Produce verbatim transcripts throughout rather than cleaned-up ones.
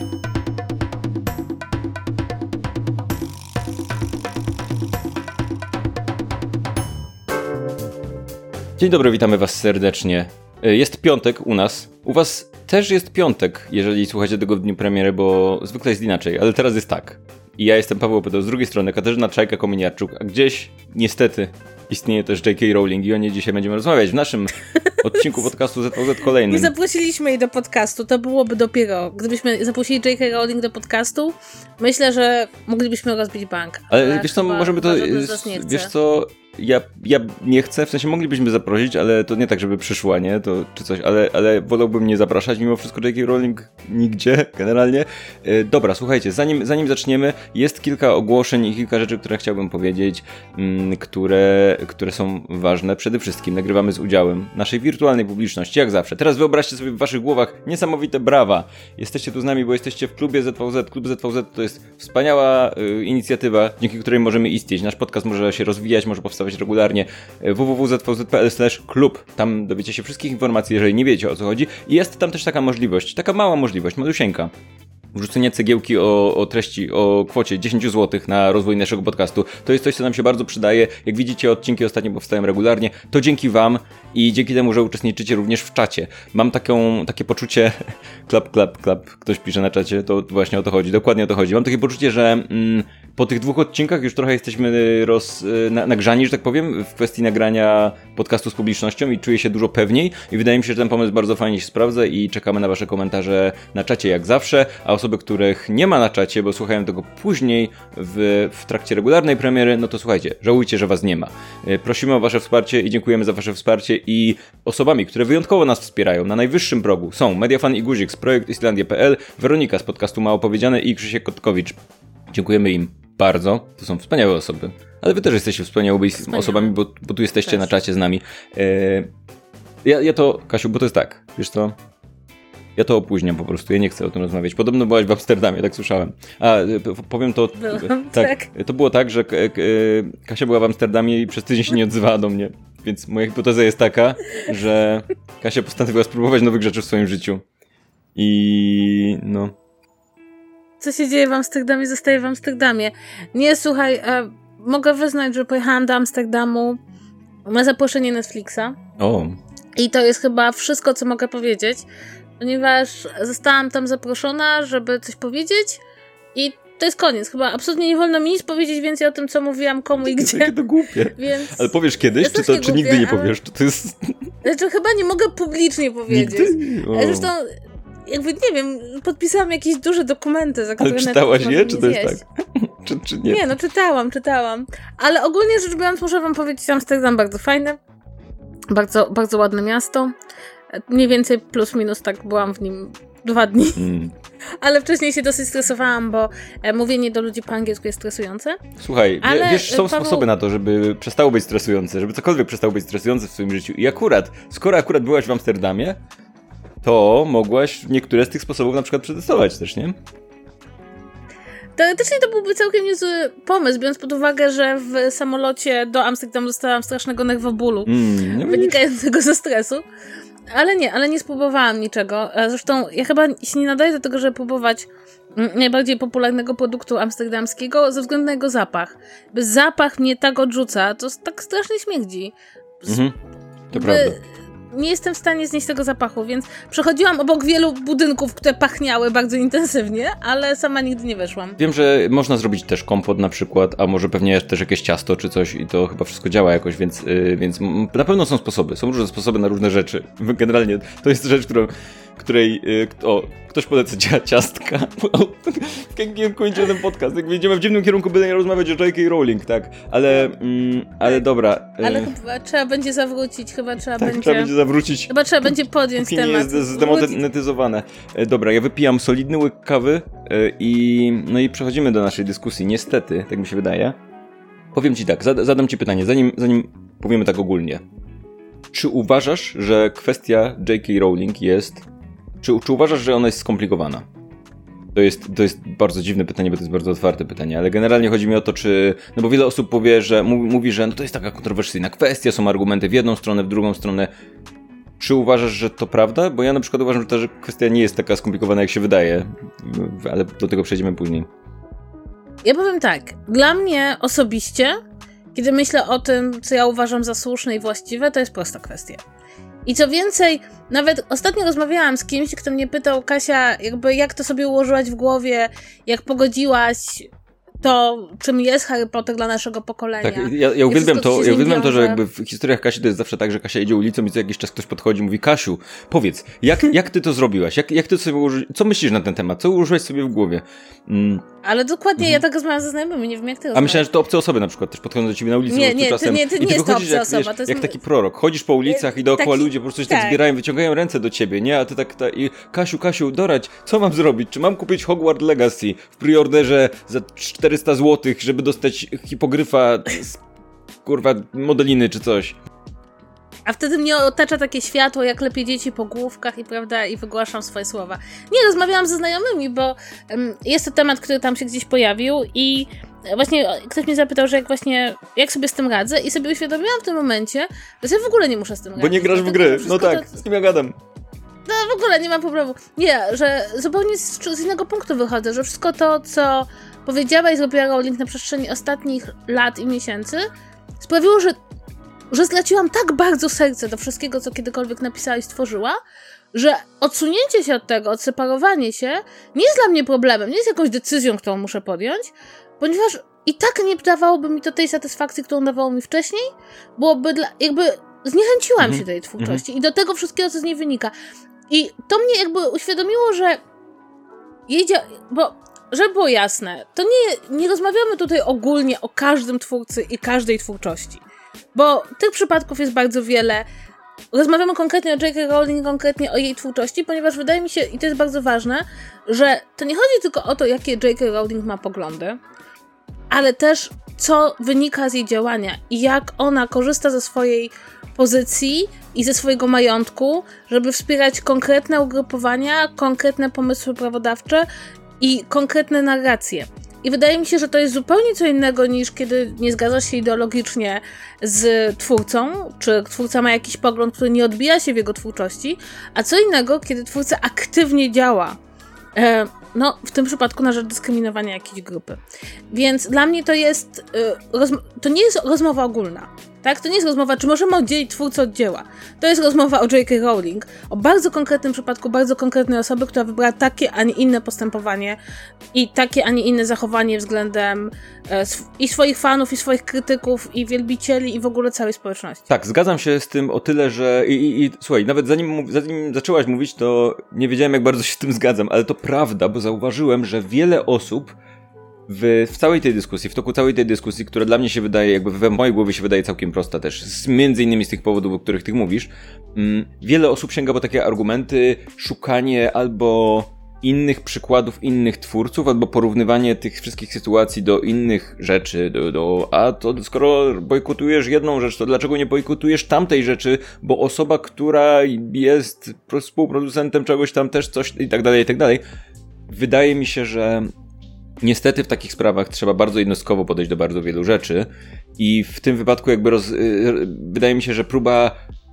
Dzień dobry, witamy was serdecznie. Jest piątek u nas. U was też jest piątek, jeżeli słuchacie tego w dniu premiery, bo zwykle jest inaczej, ale teraz jest tak. I ja jestem Paweł Opyto, z drugiej strony Katarzyna Czajka-Kominiarczuk, a gdzieś niestety istnieje też J K. Rowling i o niej dzisiaj będziemy rozmawiać w naszym odcinku podcastu Z V Z kolejnym. Nie zaprosiliśmy jej do podcastu, to byłoby dopiero. Gdybyśmy zaprosili J K. Rowling do podcastu, myślę, że moglibyśmy rozbić bank. Ale, ale wiesz co, możemy to, wiesz co, ja, ja nie chcę, w sensie moglibyśmy zaprosić, ale to nie tak, żeby przyszła, nie, to czy coś, ale, ale wolałbym nie zapraszać mimo wszystko J K. Rowling nigdzie, generalnie. E, dobra, słuchajcie, zanim, zanim zaczniemy, jest kilka ogłoszeń i kilka rzeczy, które chciałbym powiedzieć, m, które, które są ważne. Przede wszystkim nagrywamy z udziałem naszej wirtualnej publiczności, jak zawsze. Teraz wyobraźcie sobie w waszych głowach niesamowite brawa. Jesteście tu z nami, bo jesteście w klubie Z V Z. Klub Z V Z to jest wspaniała y, inicjatywa, dzięki której możemy istnieć. Nasz podcast może się rozwijać, może powstawać regularnie. w w w kropka z v z kropka p l slash klub. Tam dowiecie się wszystkich informacji, jeżeli nie wiecie, o co chodzi. I jest tam też taka możliwość, taka mała możliwość, malusieńka. Wrzucenie cegiełki o, o treści, o kwocie dziesięć złotych na rozwój naszego podcastu. To jest coś, co nam się bardzo przydaje. Jak widzicie, odcinki ostatnio powstają regularnie. To dzięki wam i dzięki temu, że uczestniczycie również w czacie. Mam taką, takie poczucie... klap, klap, klap. Ktoś pisze na czacie. To właśnie o to chodzi. Dokładnie o to chodzi. Mam takie poczucie, że mm, po tych dwóch odcinkach już trochę jesteśmy roz, na, nagrzani, że tak powiem, w kwestii nagrania podcastu z publicznością i czuję się dużo pewniej. I wydaje mi się, że ten pomysł bardzo fajnie się sprawdza i czekamy na wasze komentarze na czacie jak zawsze. A osoby, których nie ma na czacie, bo słuchają tego później w, w trakcie regularnej premiery, no to słuchajcie, żałujcie, że was nie ma. Prosimy o wasze wsparcie i dziękujemy za wasze wsparcie i osobami, które wyjątkowo nas wspierają na najwyższym progu są Mediafan i Guzik z Projekt Islandia kropka p l, Weronika z podcastu Mało Powiedziane i Krzysiek Kotkowicz. Dziękujemy im bardzo, to są wspaniałe osoby, ale wy też jesteście wspaniałymi Wspaniałe. osobami, bo, bo tu jesteście też na czacie z nami. E, ja, ja to, Kasiu, bo to jest tak, wiesz co? Ja to opóźniam po prostu, ja nie chcę o tym rozmawiać. Podobno byłaś w Amsterdamie, tak słyszałem. A, powiem to... Byłam, tak, tak. To było tak, że K- K- Kasia była w Amsterdamie i przez tydzień się nie odzywała do mnie. Więc moja hipoteza jest taka, że Kasia postanowiła spróbować nowych rzeczy w swoim życiu. I no... Co się dzieje w Amsterdamie, zostaje w Amsterdamie. Nie, słuchaj, e, mogę wyznać, że pojechałam do Amsterdamu na zaproszenie Netflixa. O. I to jest chyba wszystko, co mogę powiedzieć. Ponieważ zostałam tam zaproszona, żeby coś powiedzieć i to jest koniec. Chyba absolutnie nie wolno mi nic powiedzieć więcej o tym, co mówiłam, komu i gdzie. Jakie to głupie. Więc ale powiesz kiedyś, czy, to, czy głupie, nigdy nie powiesz? Czy to jest... Znaczy chyba nie mogę publicznie powiedzieć. Zresztą jakby, nie wiem, podpisałam jakieś duże dokumenty, za które... Ale czytałaś je, czy to jest zjeść. tak? czy, czy nie? Nie, no czytałam, czytałam. Ale ogólnie rzecz biorąc, muszę wam powiedzieć, Amsterdam bardzo fajny. Bardzo, bardzo ładne miasto. Mniej więcej plus minus tak byłam w nim dwa dni. Mm. Ale wcześniej się dosyć stresowałam, bo e, mówienie do ludzi po angielsku jest stresujące. Słuchaj, ale wiesz, są Paweł... sposoby na to, żeby przestało być stresujące, żeby cokolwiek przestało być stresujące w swoim życiu. I akurat, skoro akurat byłaś w Amsterdamie, to mogłaś niektóre z tych sposobów na przykład przetestować też, nie? Teoretycznie to byłby całkiem niezły pomysł, biorąc pod uwagę, że w samolocie do Amsterdamu dostałam strasznego nerwobólu mm, wynikającego ze stresu. Ale nie, ale nie spróbowałam niczego. Zresztą ja chyba się nie nadaję do tego, żeby próbować najbardziej popularnego produktu amsterdamskiego ze względu na jego zapach. Bo zapach mnie tak odrzuca, to tak strasznie śmierdzi. Mhm, to prawda. Nie jestem w stanie znieść tego zapachu, więc przechodziłam obok wielu budynków, które pachniały bardzo intensywnie, ale sama nigdy nie weszłam. Wiem, że można zrobić też kompot na przykład, a może pewnie też jakieś ciasto czy coś i to chyba wszystko działa jakoś, więc, yy, więc na pewno są sposoby. Są różne sposoby na różne rzeczy. Generalnie to jest rzecz, którą, której yy, o, ktoś poleca ciastka. Jak kończy ten podcast. Jak wyjdziemy w dziwnym kierunku, byle nie rozmawiać o J K. Rowling, tak. Ale, mm, ale dobra. Yy. Ale chyba trzeba będzie zawrócić, chyba trzeba tak, będzie... trzeba będzie zawrócić. Chyba trzeba będzie podjąć temat. temat. Nie jest zdemonetyzowane. Dobra, ja wypijam solidny łyk kawy i no i przechodzimy do naszej dyskusji. Niestety, tak mi się wydaje. Powiem ci tak, zad- zadam ci pytanie, zanim, zanim powiemy tak ogólnie. Czy uważasz, że kwestia J K. Rowling jest... Czy, czy uważasz, że ona jest skomplikowana? To jest, to jest bardzo dziwne pytanie, bo to jest bardzo otwarte pytanie, ale generalnie chodzi mi o to, czy... No bo wiele osób powie, że mówi, mówi, że no to jest taka kontrowersyjna kwestia, są argumenty w jedną stronę, w drugą stronę. czy uważasz, że to prawda? Bo ja na przykład uważam, że ta kwestia nie jest taka skomplikowana, jak się wydaje, ale do tego przejdziemy później. Ja powiem tak, dla mnie osobiście, kiedy myślę o tym, co ja uważam za słuszne i właściwe, to jest prosta kwestia. I co więcej, nawet ostatnio rozmawiałam z kimś, kto mnie pytał, Kasia, jakby jak to sobie ułożyłaś w głowie, jak pogodziłaś to, czym jest Harry Potter dla naszego pokolenia. Tak, ja, ja uwielbiam to, ja uwielbiam to, że jakby w historiach Kasi to jest zawsze tak, że Kasia idzie ulicą i co jakiś czas ktoś podchodzi i mówi, Kasiu, powiedz, jak, jak ty to zrobiłaś? Jak, jak ty sobie ułożyłeś, co myślisz na ten temat? Co ułożyłeś sobie w głowie? Mm. Ale dokładnie, mhm. ja tak rozmawiam ze znajomymi, nie wiem jak ty rozmawiasz. A myślałem, że to obce osoby na przykład też podchodzą do ciebie na ulicy. Nie, nie, czasem, to nie, to nie i ty jest to obca jak, osoba. wiesz, to jest... jak taki prorok. Chodzisz po ulicach i dookoła taki, ludzie po prostu się tak tak zbierają, wyciągają ręce do ciebie, nie? A ty tak, ta, i Kasiu, Kasiu, doradź, co mam zrobić? Czy mam kupić Hogwarts Legacy w preorderze za czterysta złotych, żeby dostać hipogryfa z, kurwa, modeliny czy coś? A wtedy mnie otacza takie światło, jak lepiej dzieci po główkach i prawda, i wygłaszam swoje słowa. Nie, rozmawiałam ze znajomymi, bo um, jest to temat, który tam się gdzieś pojawił i właśnie ktoś mnie zapytał, że jak właśnie, jak sobie z tym radzę i sobie uświadomiłam w tym momencie, że ja w ogóle nie muszę z tym radzić. Bo nie grasz w gry, no tak, to... z kim ja gadam. No w ogóle nie mam problemu. Nie, że zupełnie z, z innego punktu wychodzę, że wszystko to, co powiedziała i zrobiła Rowling na przestrzeni ostatnich lat i miesięcy, sprawiło, że że zleciłam tak bardzo serce do wszystkiego, co kiedykolwiek napisała i stworzyła, że odsunięcie się od tego, odseparowanie się nie jest dla mnie problemem, nie jest jakąś decyzją, którą muszę podjąć, ponieważ i tak nie dawałoby mi to tej satysfakcji, którą dawało mi wcześniej, byłoby dla, jakby zniechęciłam mm-hmm. się do tej twórczości mm-hmm. i do tego wszystkiego, co z niej wynika. I to mnie jakby uświadomiło, że jej dzia- bo żeby było jasne, to nie, nie rozmawiamy tutaj ogólnie o każdym twórcy i każdej twórczości. Bo tych przypadków jest bardzo wiele. Rozmawiamy konkretnie o J K. Rowling, konkretnie o jej twórczości, ponieważ wydaje mi się, i to jest bardzo ważne, że to nie chodzi tylko o to, jakie J K. Rowling ma poglądy, ale też co wynika z jej działania i jak ona korzysta ze swojej pozycji i ze swojego majątku, żeby wspierać konkretne ugrupowania, konkretne pomysły prawodawcze i konkretne narracje. I wydaje mi się, że to jest zupełnie co innego niż kiedy nie zgadzasz się ideologicznie z twórcą, czy twórca ma jakiś pogląd, który nie odbija się w jego twórczości, a co innego, kiedy twórca aktywnie działa, e, no w tym przypadku na rzecz dyskryminowania jakiejś grupy. Więc dla mnie to jest, e, rozm- to nie jest rozmowa ogólna. Tak? To nie jest rozmowa, czy możemy oddzielić twórcę od dzieła. To jest rozmowa o J K. Rowling, o bardzo konkretnym przypadku, bardzo konkretnej osoby, która wybrała takie, a nie inne postępowanie i takie, a nie inne zachowanie względem e, sw- i swoich fanów, i swoich krytyków, i wielbicieli, i w ogóle całej społeczności. Tak, zgadzam się z tym o tyle, że i, i, i słuchaj, nawet zanim, zanim zaczęłaś mówić, to nie wiedziałem, jak bardzo się z tym zgadzam, ale to prawda, bo zauważyłem, że wiele osób W, w całej tej dyskusji, w toku całej tej dyskusji, która dla mnie się wydaje, jakby w mojej głowie się wydaje całkiem prosta też, z, między innymi z tych powodów, o których ty mówisz, mm, wiele osób sięga po takie argumenty, szukanie albo innych przykładów innych twórców, albo porównywanie tych wszystkich sytuacji do innych rzeczy, do, do a to skoro bojkotujesz jedną rzecz, to dlaczego nie bojkotujesz tamtej rzeczy, bo osoba, która jest współproducentem czegoś tam też coś i tak dalej, i tak dalej. Wydaje mi się, że niestety w takich sprawach trzeba bardzo jednostkowo podejść do bardzo wielu rzeczy i w tym wypadku jakby roz, wydaje mi się, że próba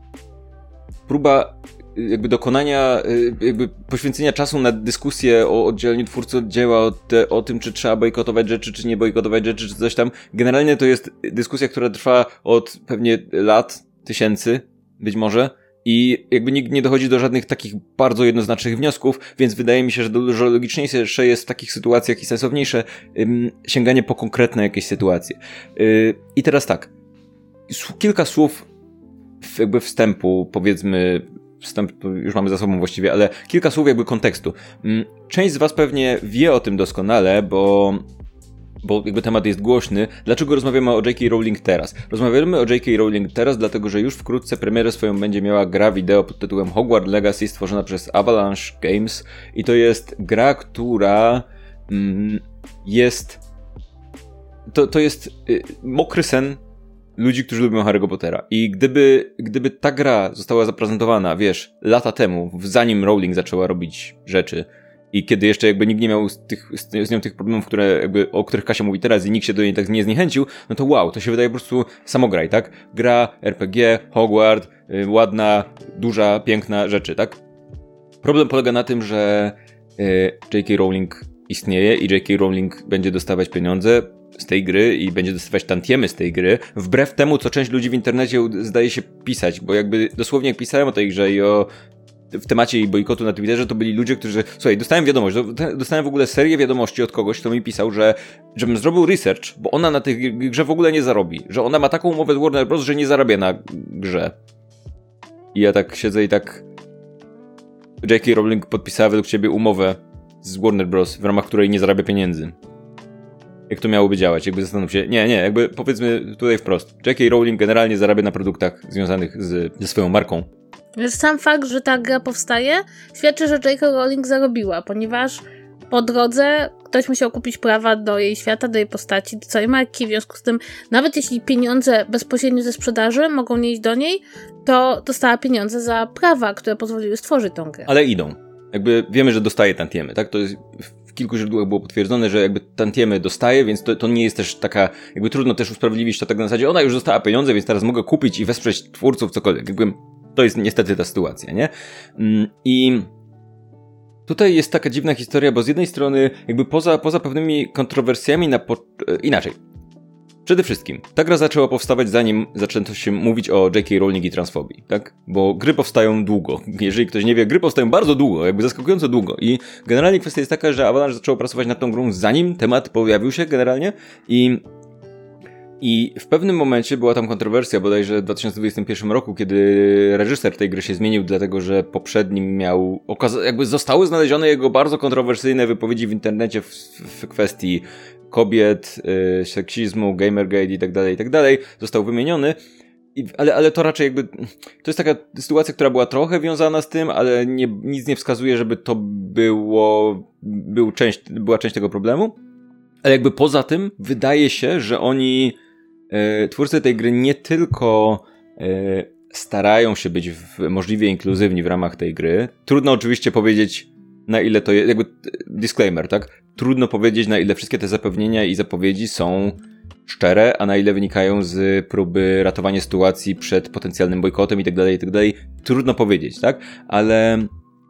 próba jakby dokonania, jakby poświęcenia czasu na dyskusję o oddzieleniu twórcy od dzieła, o, te, o tym, czy trzeba bojkotować rzeczy, czy nie bojkotować rzeczy, czy coś tam. Generalnie to jest dyskusja, która trwa od pewnie lat, tysięcy, być może. I jakby nikt nie dochodzi do żadnych takich bardzo jednoznacznych wniosków, więc wydaje mi się, że dużo logiczniejsze jest w takich sytuacjach i sensowniejsze ym, sięganie po konkretne jakieś sytuacje. Yy, I teraz tak, kilka słów w, jakby wstępu, powiedzmy, wstęp to już mamy za sobą właściwie, ale kilka słów jakby kontekstu. Yy, część z was pewnie wie o tym doskonale, bo... bo jakby temat jest głośny. Dlaczego rozmawiamy o J K. Rowling teraz? Rozmawiamy o J K. Rowling teraz, dlatego że już wkrótce premierę swoją będzie miała gra wideo pod tytułem Hogwarts Legacy, stworzona przez Avalanche Games i to jest gra, która mm, jest to, to jest y, mokry sen ludzi, którzy lubią Harry'ego Pottera. I gdyby, gdyby ta gra została zaprezentowana, wiesz, lata temu, zanim Rowling zaczęła robić rzeczy, I kiedy jeszcze jakby nikt nie miał z, tych, z nią tych problemów, które jakby, o których Kasia mówi teraz i nikt się do niej tak nie zniechęcił, no to wow, to się wydaje po prostu samograj, tak? Gra, er pe gie, Hogwarts, yy, ładna, duża, piękna rzeczy, tak? Problem polega na tym, że yy, J K. Rowling istnieje i J K. Rowling będzie dostawać pieniądze z tej gry i będzie dostawać tantiemy z tej gry, wbrew temu, co część ludzi w internecie zdaje się pisać, bo jakby dosłownie jak pisałem o tej grze i o w temacie jej bojkotu na Twitterze, to byli ludzie, którzy... Słuchaj, dostałem wiadomość, dostałem w ogóle serię wiadomości od kogoś, kto mi pisał, że żebym zrobił research, bo ona na tej grze w ogóle nie zarobi. Że ona ma taką umowę z Warner Bros., że nie zarabia na grze. I ja tak siedzę i tak... J K. Rowling podpisała według ciebie umowę z Warner Bros., w ramach której nie zarabia pieniędzy. Jak to miałoby działać? Jakby zastanów się... Nie, nie, jakby powiedzmy tutaj wprost. J K. Rowling generalnie zarabia na produktach związanych z, ze swoją marką. Więc sam fakt, że ta gra powstaje, świadczy, że J K. Rowling zarobiła, ponieważ po drodze ktoś musiał kupić prawa do jej świata, do jej postaci, do całej marki, w związku z tym nawet jeśli pieniądze bezpośrednio ze sprzedaży mogą nie iść do niej, to dostała pieniądze za prawa, które pozwoliły stworzyć tą grę. Ale idą. Jakby wiemy, że dostaje tantiemy, tak? To jest... W kilku źródłach było potwierdzone, że jakby tantiemy dostaje, więc to, to nie jest też taka, jakby trudno też usprawiedliwić to tak na zasadzie, ona już dostała pieniądze, więc teraz mogę kupić i wesprzeć twórców, cokolwiek. Jakby to jest niestety ta sytuacja, nie? I tutaj jest taka dziwna historia, bo z jednej strony jakby poza, poza pewnymi kontrowersjami na po... inaczej. Przede wszystkim, ta gra zaczęła powstawać zanim zaczęto się mówić o J K. Rowling i transfobii, tak? Bo gry powstają długo. Jeżeli ktoś nie wie, gry powstają bardzo długo, jakby zaskakująco długo. I generalnie kwestia jest taka, że Avalanche zaczęło pracować nad tą grą zanim temat pojawił się generalnie i I w pewnym momencie była tam kontrowersja, bodajże w dwa tysiące dwudziestym pierwszym roku, kiedy reżyser tej gry się zmienił, dlatego że poprzednim miał, okaz- jakby zostały znalezione jego bardzo kontrowersyjne wypowiedzi w internecie w, w kwestii kobiet, yy, seksizmu, gamergate i tak dalej, i tak dalej. Został wymieniony. I, ale, ale to raczej jakby, to jest taka sytuacja, która była trochę wiązana z tym, ale nie, nic nie wskazuje, żeby to było, był część, była część tego problemu. Ale jakby poza tym wydaje się, że oni, e, twórcy tej gry nie tylko e, starają się być w, możliwie inkluzywni w ramach tej gry. Trudno oczywiście powiedzieć, na ile to jest, jakby disclaimer, tak? Trudno powiedzieć, na ile wszystkie te zapewnienia i zapowiedzi są szczere, a na ile wynikają z próby ratowania sytuacji przed potencjalnym bojkotem i tak dalej, i tak dalej. Trudno powiedzieć, tak? Ale,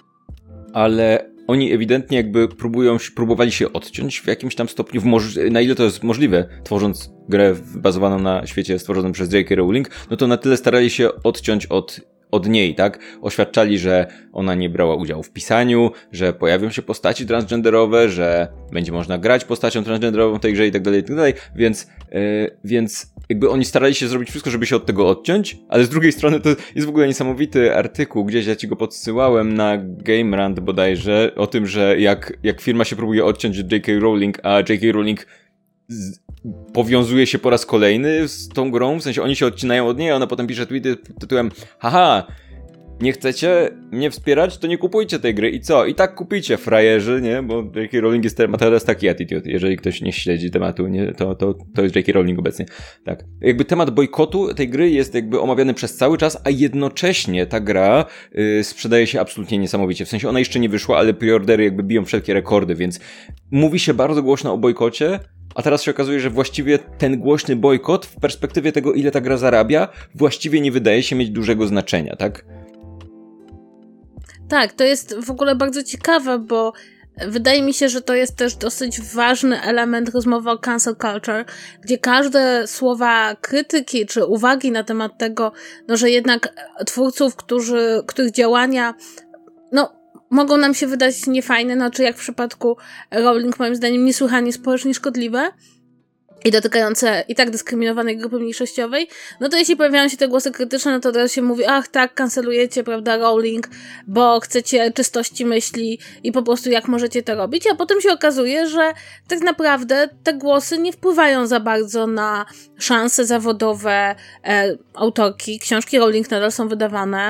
ale oni ewidentnie jakby próbują, próbowali się odciąć w jakimś tam stopniu, w moż- na ile to jest możliwe, tworząc grę bazowaną na świecie stworzonym przez J K. Rowling, no to na tyle starali się odciąć od od niej, tak? Oświadczali, że ona nie brała udziału w pisaniu, że pojawią się postaci transgenderowe, że będzie można grać postacią transgenderową w tej grze i tak dalej, i tak dalej, więc, yy, więc jakby oni starali się zrobić wszystko, żeby się od tego odciąć, ale z drugiej strony to jest w ogóle niesamowity artykuł, gdzieś ja ci go podsyłałem na GameRant bodajże, o tym, że jak, jak firma się próbuje odciąć od J K. Rowling, a J K. Rowling z, powiązuje się po raz kolejny z tą grą, w sensie oni się odcinają od niej, a ona potem pisze tweety pod tytułem haha, nie chcecie mnie wspierać, to nie kupujcie tej gry i co? I tak kupicie, frajerzy, nie? Bo J K. Rowling jest, ma teraz taki attitude, jeżeli ktoś nie śledzi tematu, nie? To, to, to jest J K. Rowling obecnie. Tak. Jakby temat bojkotu tej gry jest jakby omawiany przez cały czas, a jednocześnie ta gra yy, sprzedaje się absolutnie niesamowicie. W sensie ona jeszcze nie wyszła, ale preordery jakby biją wszelkie rekordy, więc mówi się bardzo głośno o bojkocie, a teraz się okazuje, że właściwie ten głośny bojkot w perspektywie tego, ile ta gra zarabia, właściwie nie wydaje się mieć dużego znaczenia, tak? Tak, to jest w ogóle bardzo ciekawe, bo wydaje mi się, że to jest też dosyć ważny element rozmowy o cancel culture, gdzie każde słowa krytyki czy uwagi na temat tego, no, że jednak twórców, którzy, których działania, no, mogą nam się wydać niefajne, no czy jak w przypadku Rowling, moim zdaniem niesłychanie społecznie szkodliwe i dotykające i tak dyskryminowanej grupy mniejszościowej, no to jeśli pojawiają się te głosy krytyczne, no to teraz się mówi, ach tak, kancelujecie, prawda, Rowling, bo chcecie czystości myśli i po prostu jak możecie to robić, a potem się okazuje, że tak naprawdę te głosy nie wpływają za bardzo na szanse zawodowe e, autorki. Książki Rowling nadal są wydawane,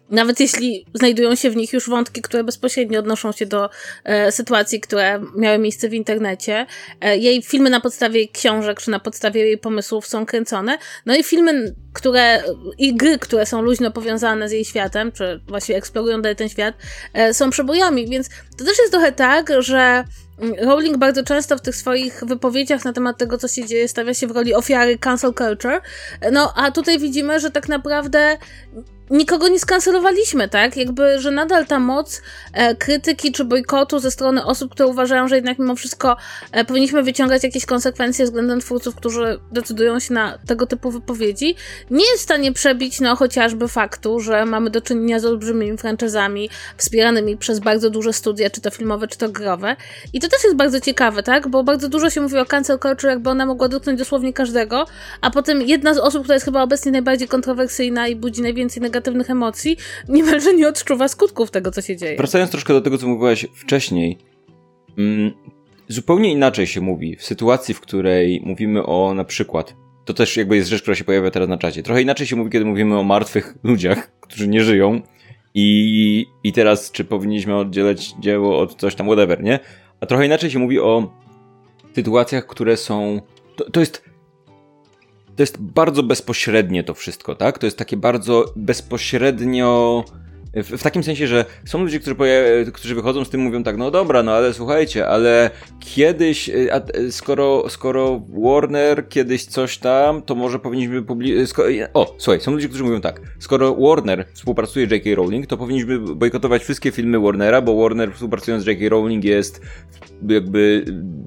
Nawet jeśli znajdują się w nich już wątki, które bezpośrednio odnoszą się do e, sytuacji, które miały miejsce w internecie. E, jej filmy na podstawie książek, czy na podstawie jej pomysłów są kręcone. No i filmy, które, i gry, które są luźno powiązane z jej światem, czy właściwie eksplorują dalej ten świat, e, są przebojami, więc to też jest trochę tak, że Rowling bardzo często w tych swoich wypowiedziach na temat tego, co się dzieje, stawia się w roli ofiary cancel culture. No, a tutaj widzimy, że tak naprawdę nikogo nie skancelowaliśmy, tak? Jakby, że nadal ta moc e, krytyki czy bojkotu ze strony osób, które uważają, że jednak mimo wszystko e, powinniśmy wyciągać jakieś konsekwencje względem twórców, którzy decydują się na tego typu wypowiedzi, nie jest w stanie przebić, no, chociażby faktu, że mamy do czynienia z olbrzymimi franczyzami wspieranymi przez bardzo duże studia, czy to filmowe, czy to growe. I to też jest bardzo ciekawe, tak? Bo bardzo dużo się mówi o cancel culture, jakby ona mogła dotknąć dosłownie każdego, a potem jedna z osób, która jest chyba obecnie najbardziej kontrowersyjna i budzi najwięcej negatywnych negatywnych emocji, niemalże nie odczuwa skutków tego, co się dzieje. Wracając troszkę do tego, co mówiłaś wcześniej, mm, zupełnie inaczej się mówi w sytuacji, w której mówimy o na przykład, to też jakby jest rzecz, która się pojawia teraz na czacie, trochę inaczej się mówi, kiedy mówimy o martwych ludziach, którzy nie żyją i, i teraz czy powinniśmy oddzielać dzieło od coś tam, whatever, nie? A trochę inaczej się mówi o sytuacjach, które są... To, to jest... To jest bardzo bezpośrednie to wszystko, tak? To jest takie bardzo bezpośrednio... W, w takim sensie, że są ludzie, którzy, poja- którzy wychodzą z tym, mówią tak, no dobra, no ale słuchajcie, ale kiedyś, a, skoro, skoro Warner kiedyś coś tam, to może powinniśmy publikować... O, słuchaj, są ludzie, którzy mówią tak, skoro Warner współpracuje z J K. Rowling, to powinniśmy bojkotować wszystkie filmy Warnera, bo Warner współpracując z J K. Rowling jest jakby...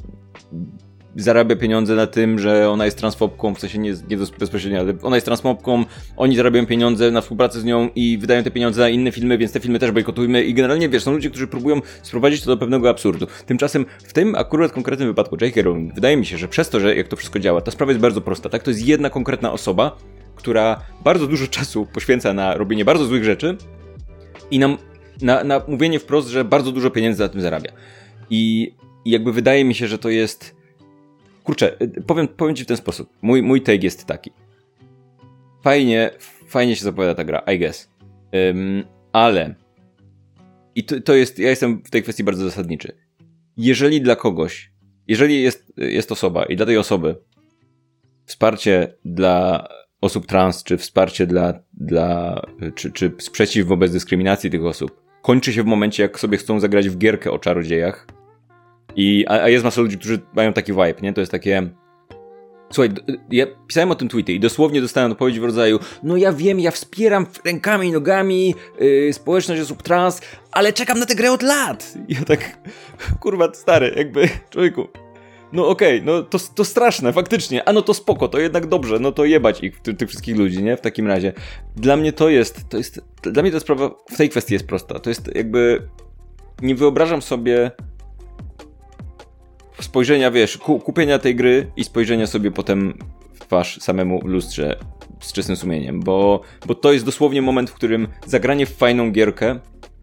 zarabia pieniądze na tym, że ona jest transfobką, w sensie nie, nie bezpośrednio, ale ona jest transfobką, oni zarabiają pieniądze na współpracę z nią i wydają te pieniądze na inne filmy, więc te filmy też bojkotujmy i generalnie, wiesz, są ludzie, którzy próbują sprowadzić to do pewnego absurdu. Tymczasem w tym akurat konkretnym wypadku J K. Rowling, wydaje mi się, że przez to, że jak to wszystko działa, ta sprawa jest bardzo prosta, tak? To jest jedna konkretna osoba, która bardzo dużo czasu poświęca na robienie bardzo złych rzeczy i nam, na, na mówienie wprost, że bardzo dużo pieniędzy na tym zarabia. I, i jakby wydaje mi się, że to jest... Kurczę, powiem, powiem ci w ten sposób. Mój, mój take jest taki. Fajnie, fajnie się zapowiada ta gra, I guess. Um, ale i to, to jest, ja jestem w tej kwestii bardzo zasadniczy. Jeżeli dla kogoś, jeżeli jest, jest osoba i dla tej osoby wsparcie dla osób trans, czy wsparcie dla, dla czy, czy sprzeciw wobec dyskryminacji tych osób kończy się w momencie, jak sobie chcą zagrać w gierkę o czarodziejach, I, a, a jest masa ludzi, którzy mają taki vibe, nie? To jest takie... Słuchaj, ja pisałem o tym tweety i dosłownie dostałem odpowiedź w rodzaju no ja wiem, ja wspieram rękami i nogami yy, społeczność osób trans, ale czekam na tę grę od lat. I ja tak, kurwa stary, jakby, człowieku, no okej, okay, no to, to straszne, faktycznie, a no to spoko, to jednak dobrze, no to jebać ich, ty, tych wszystkich ludzi, nie? W takim razie. Dla mnie to jest, to jest, dla mnie ta sprawa w tej kwestii jest prosta. To jest jakby, nie wyobrażam sobie spojrzenia, wiesz, ku, kupienia tej gry i spojrzenia sobie potem w twarz samemu w lustrze z czystym sumieniem, bo, bo to jest dosłownie moment, w którym zagranie w fajną gierkę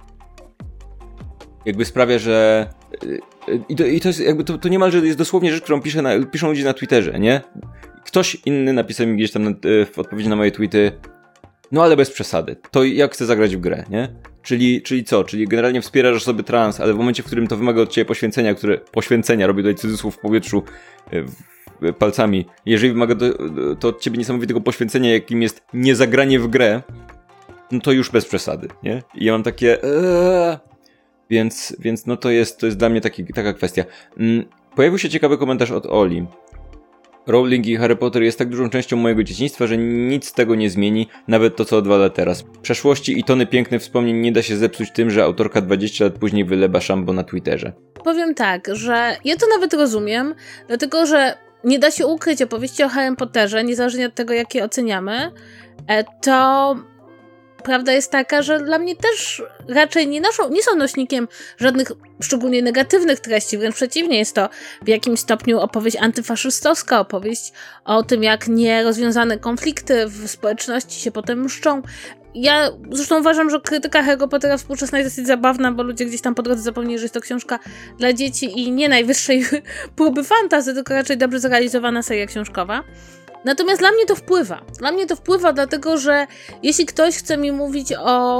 jakby sprawia, że i to, i to jest jakby, to, to niemalże jest dosłownie rzecz, którą pisze na, piszą ludzie na Twitterze, nie? Ktoś inny napisał mi gdzieś tam na, w odpowiedzi na moje tweety, no ale bez przesady, to ja chcę zagrać w grę, nie? Czyli, czyli co? Czyli generalnie wspierasz osoby trans, ale w momencie, w którym to wymaga od ciebie poświęcenia, które, poświęcenia, robię tutaj cudzysłów w powietrzu w, palcami, jeżeli wymaga to, to od ciebie niesamowitego poświęcenia, jakim jest niezagranie w grę, no to już bez przesady, nie? I ja mam takie eee, więc, więc no to jest, to jest dla mnie taki, taka kwestia. Pojawił się ciekawy komentarz od Oli. Rowling i Harry Potter jest tak dużą częścią mojego dzieciństwa, że nic z tego nie zmieni, nawet to, co odwala teraz. Przeszłości i tony pięknych wspomnień nie da się zepsuć tym, że autorka dwadzieścia lat później wylewa szambo na Twitterze. Powiem tak, że ja to nawet rozumiem, dlatego że nie da się ukryć opowieści o Harry Potterze, niezależnie od tego, jak je oceniamy, to... Prawda jest taka, że dla mnie też raczej nie, noszą, nie są nośnikiem żadnych szczególnie negatywnych treści, wręcz przeciwnie, jest to w jakimś stopniu opowieść antyfaszystowska, opowieść o tym, jak nierozwiązane konflikty w społeczności się potem mszczą. Ja zresztą uważam, że krytyka Harry Pottera współczesna jest dosyć zabawna, bo ludzie gdzieś tam po drodze zapomnieli, że jest to książka dla dzieci i nie najwyższej próby fantasy, tylko raczej dobrze zrealizowana seria książkowa. Natomiast dla mnie to wpływa. Dla mnie to wpływa, dlatego że jeśli ktoś chce mi mówić o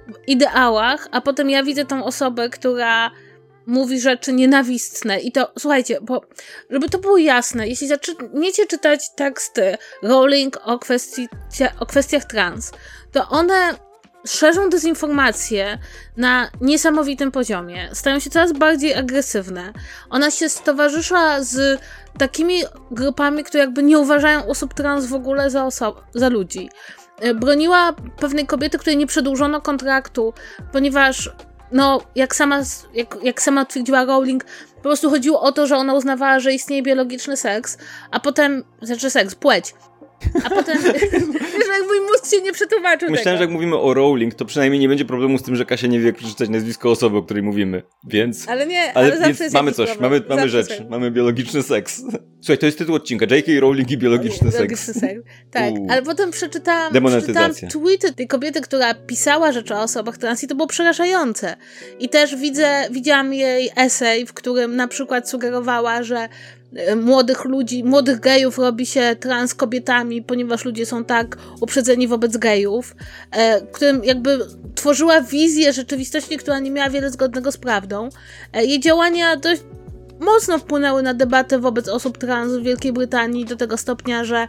ideałach, a potem ja widzę tą osobę, która mówi rzeczy nienawistne i to, słuchajcie, bo żeby to było jasne, jeśli zaczniecie czytać teksty Rowling o, kwestii, o kwestiach trans, to one szerzą dezinformację na niesamowitym poziomie. Stają się coraz bardziej agresywne. Ona się stowarzysza z takimi grupami, które jakby nie uważają osób trans w ogóle za, oso- za ludzi. Broniła pewnej kobiety, której nie przedłużono kontraktu, ponieważ no, jak sama, jak, jak sama twierdziła Rowling, po prostu chodziło o to, że ona uznawała, że istnieje biologiczny seks, a potem, znaczy seks, płeć. A potem, wiesz, jak mój mózg się nie przetłumaczył Myślałem, tego. że jak mówimy o Rowling, to przynajmniej nie będzie problemu z tym, że Kasia nie wie, jak przeczytać nazwisko osoby, o której mówimy, więc... Ale nie, ale, ale zawsze więc jest mamy coś, problem. mamy, mamy rzecz, jest. mamy biologiczny seks. Słuchaj, to jest tytuł odcinka, J K. Rowling i biologiczny, biologiczny seks. seks. Tak, Uu. ale potem przeczytałam, przeczytałam tweety tej kobiety, która pisała rzeczy o osobach trans i to było przerażające. I też widzę, widziałam jej esej, w którym na przykład sugerowała, że młodych ludzi, młodych gejów robi się trans kobietami, ponieważ ludzie są tak uprzedzeni wobec gejów, e, którym jakby tworzyła wizję rzeczywistości, która nie miała wiele zgodnego z prawdą. E, jej działania dość mocno wpłynęły na debatę wobec osób trans w Wielkiej Brytanii do tego stopnia, że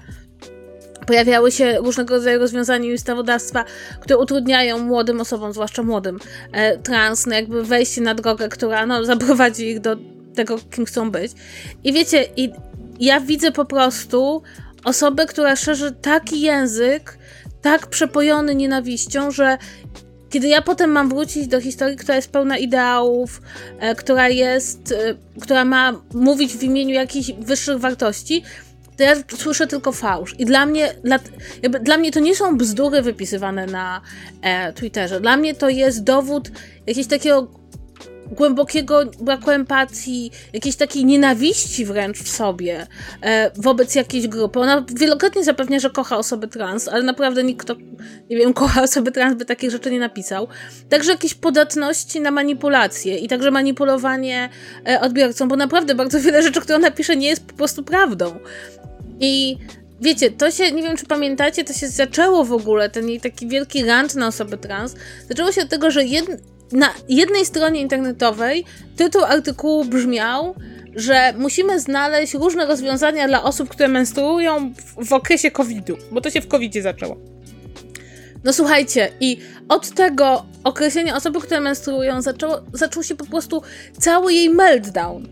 pojawiały się różnego rodzaju rozwiązania i ustawodawstwa, które utrudniają młodym osobom, zwłaszcza młodym, e, trans, no jakby wejście na drogę, która no, zaprowadzi ich do tego, kim chcą być. I wiecie, i ja widzę po prostu osobę, która szerzy taki język, tak przepojony nienawiścią, że kiedy ja potem mam wrócić do historii, która jest pełna ideałów, e, która jest, e, która ma mówić w imieniu jakichś wyższych wartości, to ja słyszę tylko fałsz. I dla mnie, dla, jakby, dla mnie to nie są bzdury wypisywane na e, Twitterze. Dla mnie to jest dowód jakiegoś takiego głębokiego braku empatii, jakiejś takiej nienawiści wręcz w sobie e, wobec jakiejś grupy. Ona wielokrotnie zapewnia, że kocha osoby trans, ale naprawdę nikt, kto, nie wiem, kocha osoby trans, by takich rzeczy nie napisał. Także jakieś podatności na manipulacje i także manipulowanie e, odbiorcą, bo naprawdę bardzo wiele rzeczy, które ona pisze, nie jest po prostu prawdą. I wiecie, to się, nie wiem czy pamiętacie, to się zaczęło w ogóle, ten jej taki wielki rant na osoby trans, zaczęło się od tego, że jed, na jednej stronie internetowej tytuł artykułu brzmiał, że musimy znaleźć różne rozwiązania dla osób, które menstruują w, w okresie kowida, bo to się w kowidzie zaczęło. No słuchajcie, i od tego określenia osoby, które menstruują, zaczęło, zaczął się po prostu cały jej meltdown.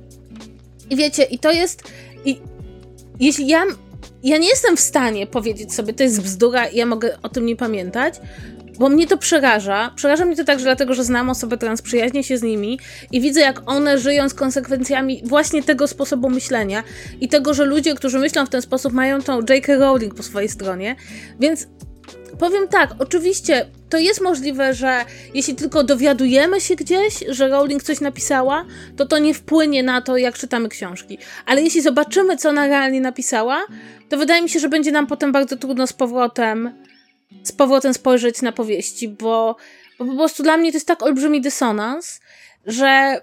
I wiecie, i to jest... I, jeśli ja... Ja nie jestem w stanie powiedzieć sobie, to jest bzdura i ja mogę o tym nie pamiętać, bo mnie to przeraża. Przeraża mnie to także dlatego, że znam osoby trans, przyjaźnię się z nimi i widzę, jak one żyją z konsekwencjami właśnie tego sposobu myślenia i tego, że ludzie, którzy myślą w ten sposób, mają tą J K. Rowling po swojej stronie. Więc powiem tak, oczywiście to jest możliwe, że jeśli tylko dowiadujemy się gdzieś, że Rowling coś napisała, to to nie wpłynie na to, jak czytamy książki. Ale jeśli zobaczymy, co ona realnie napisała, to wydaje mi się, że będzie nam potem bardzo trudno z powrotem z powrotem spojrzeć na powieści, bo, bo po prostu dla mnie to jest tak olbrzymi dysonans, że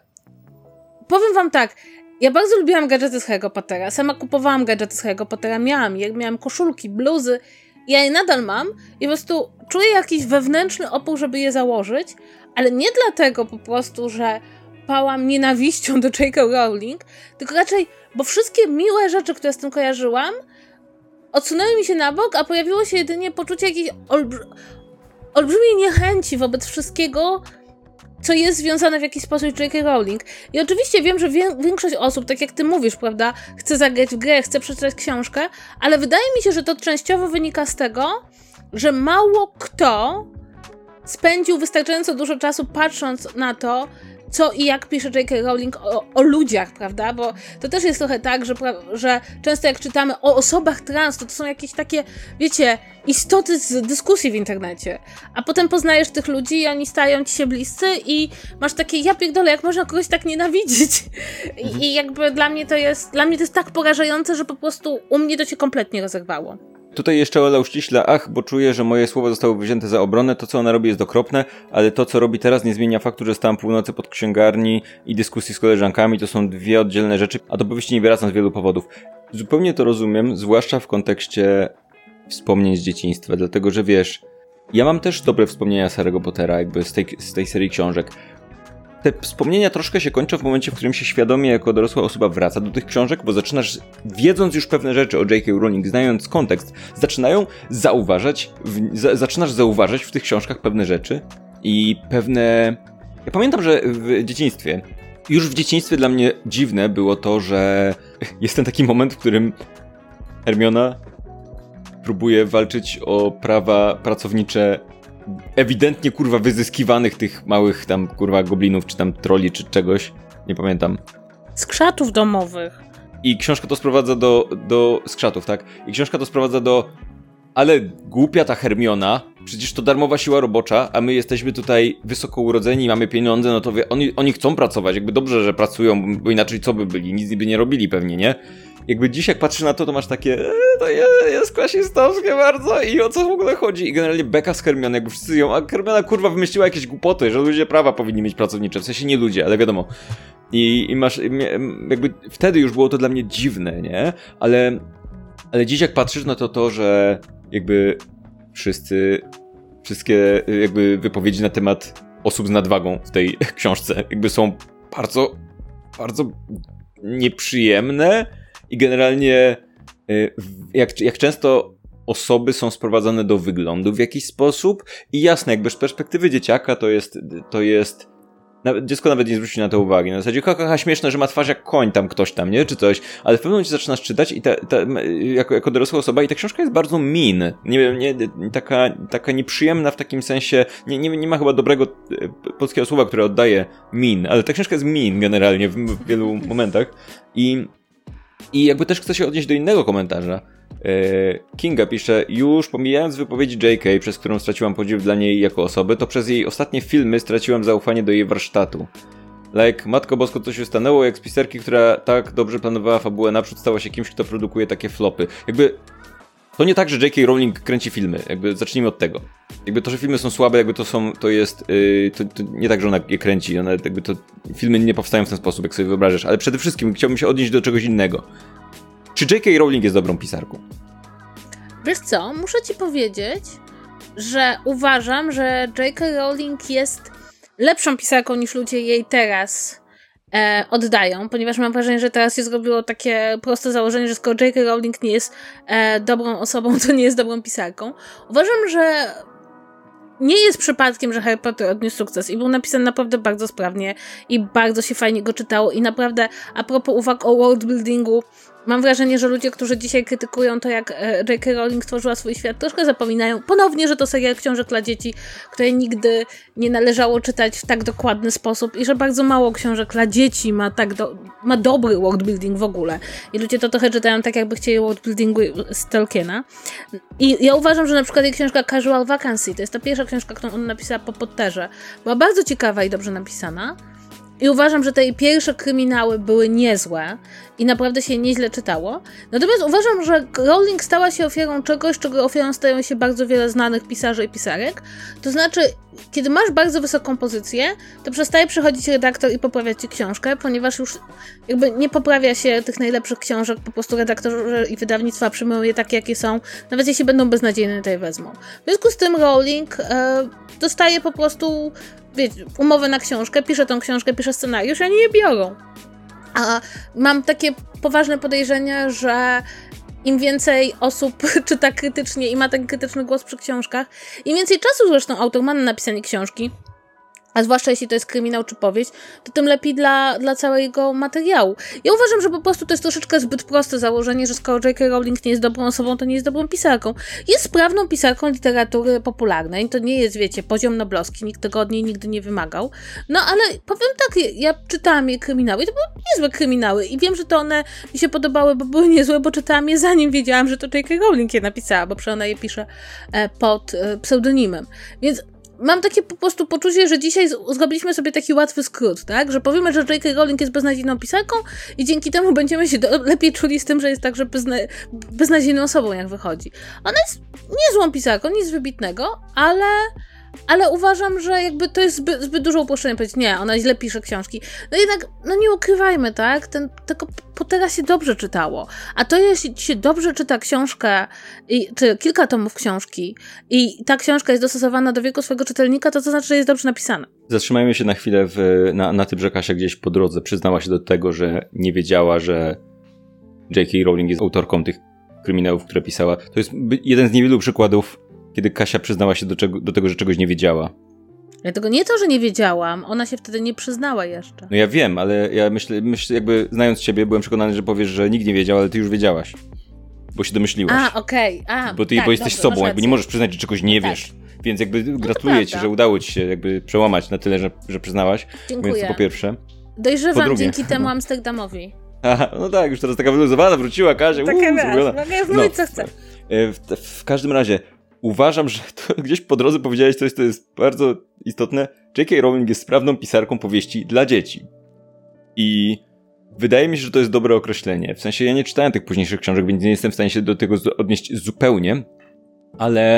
powiem wam tak, ja bardzo lubiłam gadżety z Harry'ego Pottera, sama kupowałam gadżety z Harry'ego Pottera, miałam je, miałam koszulki, bluzy, ja je nadal mam i po prostu czuję jakiś wewnętrzny opór, żeby je założyć, ale nie dlatego po prostu, że pałam nienawiścią do J K. Rowling, tylko raczej, bo wszystkie miłe rzeczy, które z tym kojarzyłam, odsunęły mi się na bok, a pojawiło się jedynie poczucie jakiejś olbr- olbrzymiej niechęci wobec wszystkiego, co jest związane w jakiś sposób z J K. Rowling. I oczywiście wiem, że wie- większość osób, tak jak ty mówisz, prawda, chce zagrać w grę, chce przeczytać książkę, ale wydaje mi się, że to częściowo wynika z tego, że mało kto spędził wystarczająco dużo czasu patrząc na to, co i jak pisze J K. Rowling o, o ludziach, prawda? Bo to też jest trochę tak, że, że często jak czytamy o osobach trans, to to są jakieś takie, wiecie, istoty z dyskusji w internecie. A potem poznajesz tych ludzi i oni stają ci się bliscy i masz takie, ja pierdolę, jak można kogoś tak nienawidzić? I, i jakby dla mnie to jest, dla mnie to jest tak porażające, że po prostu u mnie to się kompletnie rozerwało. Tutaj jeszcze Ola uściśla, ach, bo czuję, że moje słowa zostały wzięte za obronę, to co ona robi jest okropne, ale to co robi teraz nie zmienia faktu, że stałam północy pod księgarni i dyskusji z koleżankami, to są dwie oddzielne rzeczy, a do powieści nie wracam z wielu powodów. Zupełnie to rozumiem, zwłaszcza w kontekście wspomnień z dzieciństwa, dlatego że wiesz, ja mam też dobre wspomnienia z Harry'ego Pottera, jakby z tej, z tej serii książek. Te wspomnienia troszkę się kończą w momencie, w którym się świadomie jako dorosła osoba wraca do tych książek, bo zaczynasz, wiedząc już pewne rzeczy o J K. Rowling, znając kontekst, zaczynają zauważać, w, za, zaczynasz zauważać w tych książkach pewne rzeczy i pewne... Ja pamiętam, że w dzieciństwie, już w dzieciństwie dla mnie dziwne było to, że jest ten taki moment, w którym Hermiona próbuje walczyć o prawa pracownicze ewidentnie, kurwa, wyzyskiwanych tych małych tam, kurwa, goblinów, czy tam troli, czy czegoś. Nie pamiętam. Skrzatów domowych. I książka to sprowadza do, do skrzatów, tak? I książka to sprowadza do ale głupia ta Hermiona, przecież to darmowa siła robocza, a my jesteśmy tutaj wysoko urodzeni i mamy pieniądze, no to wie, oni, oni chcą pracować, jakby dobrze, że pracują, bo inaczej co by byli? Nic by nie robili pewnie, nie? Jakby dziś jak patrzysz na to, to masz takie, e, to jest klasistowskie bardzo i o co w ogóle chodzi? I generalnie beka z Hermiony, jakby wszyscy ją, a Hermiona kurwa wymyśliła jakieś głupoty, że ludzie prawa powinni mieć pracownicze, w sensie nie ludzie, ale wiadomo. I, i masz, jakby wtedy już było to dla mnie dziwne, nie? Ale, ale dziś jak patrzysz na to, to, że jakby wszyscy, wszystkie jakby wypowiedzi na temat osób z nadwagą w tej książce jakby są bardzo, bardzo nieprzyjemne i generalnie jak, jak często osoby są sprowadzane do wyglądu w jakiś sposób i jasne, jakby z perspektywy dzieciaka to jest, to jest dziecko nawet nie zwróci na to uwagi. Na zasadzie, haha, śmieszne, że ma twarz jak koń tam ktoś tam, nie? Czy coś. Ale w pewnym momencie zaczynasz czytać i ta, ta, jako, jako dorosła osoba i ta książka jest bardzo mean. Nie wiem, nie, taka, taka nieprzyjemna w takim sensie, nie, nie, nie ma chyba dobrego polskiego słowa, które oddaje mean, ale ta książka jest mean generalnie w, w wielu momentach. I, i jakby też chcę się odnieść do innego komentarza. Kinga pisze, już pomijając wypowiedzi J K, przez którą straciłam podziw dla niej jako osoby, to przez jej ostatnie filmy straciłam zaufanie do jej warsztatu. Like, Matko Bosko, co się stanęło, jak z pisarki, która tak dobrze planowała fabułę naprzód, stała się kimś, kto produkuje takie flopy. Jakby, to nie tak, że J K. Rowling kręci filmy, jakby zacznijmy od tego. Jakby to, że filmy są słabe, jakby to są, to jest, yy, to, to nie tak, że ona je kręci, ona jakby to, filmy nie powstają w ten sposób, jak sobie wyobrażasz, ale przede wszystkim chciałbym się odnieść do czegoś innego. Czy J K. Rowling jest dobrą pisarką? Wiesz co, muszę ci powiedzieć, że uważam, że J K. Rowling jest lepszą pisarką niż ludzie jej teraz e, oddają, ponieważ mam wrażenie, że teraz się zrobiło takie proste założenie, że skoro J K. Rowling nie jest e, dobrą osobą, to nie jest dobrą pisarką. Uważam, że nie jest przypadkiem, że Harry Potter odniósł sukces i był napisany naprawdę bardzo sprawnie i bardzo się fajnie go czytało i naprawdę a propos uwag o worldbuildingu, mam wrażenie, że ludzie, którzy dzisiaj krytykują to, jak J K. Rowling tworzyła swój świat, troszkę zapominają ponownie, że to serial książek dla dzieci, które nigdy nie należało czytać w tak dokładny sposób i że bardzo mało książek dla dzieci ma tak do, ma dobry worldbuilding w ogóle. I ludzie to trochę czytają tak, jakby chcieli worldbuildingu z Tolkiena. I ja uważam, że na przykład jej książka Casual Vacancy, to jest ta pierwsza książka, którą ona napisała po Potterze, była bardzo ciekawa i dobrze napisana. I uważam, że te jej pierwsze kryminały były niezłe i naprawdę się nieźle czytało. Natomiast uważam, że Rowling stała się ofiarą czegoś, czego ofiarą stają się bardzo wiele znanych pisarzy i pisarek. To znaczy, kiedy masz bardzo wysoką pozycję, to przestaje przychodzić redaktor i poprawiać ci książkę, ponieważ już jakby nie poprawia się tych najlepszych książek, po prostu redaktorzy i wydawnictwa przyjmują je takie, jakie są, nawet jeśli będą beznadziejne, to je wezmą. W związku z tym Rowling e, dostaje po prostu wiecie, umowę na książkę, pisze tą książkę, pisze scenariusz, a oni je biorą. A mam takie poważne podejrzenia, że im więcej osób czyta krytycznie i ma ten krytyczny głos przy książkach, im więcej czasu zresztą autor ma na napisanie książki, a zwłaszcza jeśli to jest kryminał czy powieść, to tym lepiej dla, dla całego materiału. Ja uważam, że po prostu to jest troszeczkę zbyt proste założenie, że skoro J K. Rowling nie jest dobrą osobą, to nie jest dobrą pisarką. Jest sprawną pisarką literatury popularnej, to nie jest, wiecie, poziom noblowski, nikt tego od niej nigdy nie wymagał. No ale powiem tak, ja czytałam jej kryminały i to były niezłe kryminały i wiem, że to one mi się podobały, bo były niezłe, bo czytałam je zanim wiedziałam, że to J K. Rowling je napisała, bo przecież ona je pisze pod pseudonimem. Więc mam takie po prostu poczucie, że dzisiaj zrobiliśmy sobie taki łatwy skrót, tak? Że powiemy, że J K. Rowling jest beznadziejną pisarką i dzięki temu będziemy się do, lepiej czuli z tym, że jest także bezna, beznadziejną osobą, jak wychodzi. Ona jest niezłą pisarką, nic wybitnego, ale, ale uważam, że jakby to jest zbyt, zbyt dużo uproszczenie powiedzieć, nie, ona źle pisze książki. No jednak, no nie ukrywajmy, tak? Ten, tego Pottera się dobrze czytało. A to jeśli się dobrze czyta książkę, i, czy kilka tomów książki i ta książka jest dostosowana do wieku swojego czytelnika, to to znaczy, że jest dobrze napisana. Zatrzymajmy się na chwilę w, na, na tym, że Kasia gdzieś po drodze przyznała się do tego, że nie wiedziała, że J K. Rowling jest autorką tych kryminałów, które pisała. To jest jeden z niewielu przykładów, kiedy Kasia przyznała się do, czego, do tego, że czegoś nie wiedziała. Ja tego nie to, że nie wiedziałam, ona się wtedy nie przyznała jeszcze. No ja wiem, ale ja myślę, myślę jakby znając ciebie, byłem przekonany, że powiesz, że nikt nie wiedział, ale ty już wiedziałaś. Bo się domyśliłaś. A, okej. Okay. Bo ty tak, bo jesteś dobrze, sobą, jakby nie możesz przyznać, że czegoś nie tak. wiesz. Więc jakby no gratuluję ci, że udało ci się jakby przełamać na tyle, że, że przyznałaś. Dziękuję. Więc to po pierwsze. Dojrzewam po drugie, dzięki temu Amsterdamowi. Aha, no tak, już teraz taka wyluzowana, wróciła Kasia. Taka wiesz, mogę mówić co chcę. W, w każdym razie, uważam, że to gdzieś po drodze powiedziałeś coś, co jest bardzo istotne. J K. Rowling jest sprawną pisarką powieści dla dzieci. I wydaje mi się, że to jest dobre określenie. W sensie ja nie czytałem tych późniejszych książek, więc nie jestem w stanie się do tego odnieść zupełnie, ale,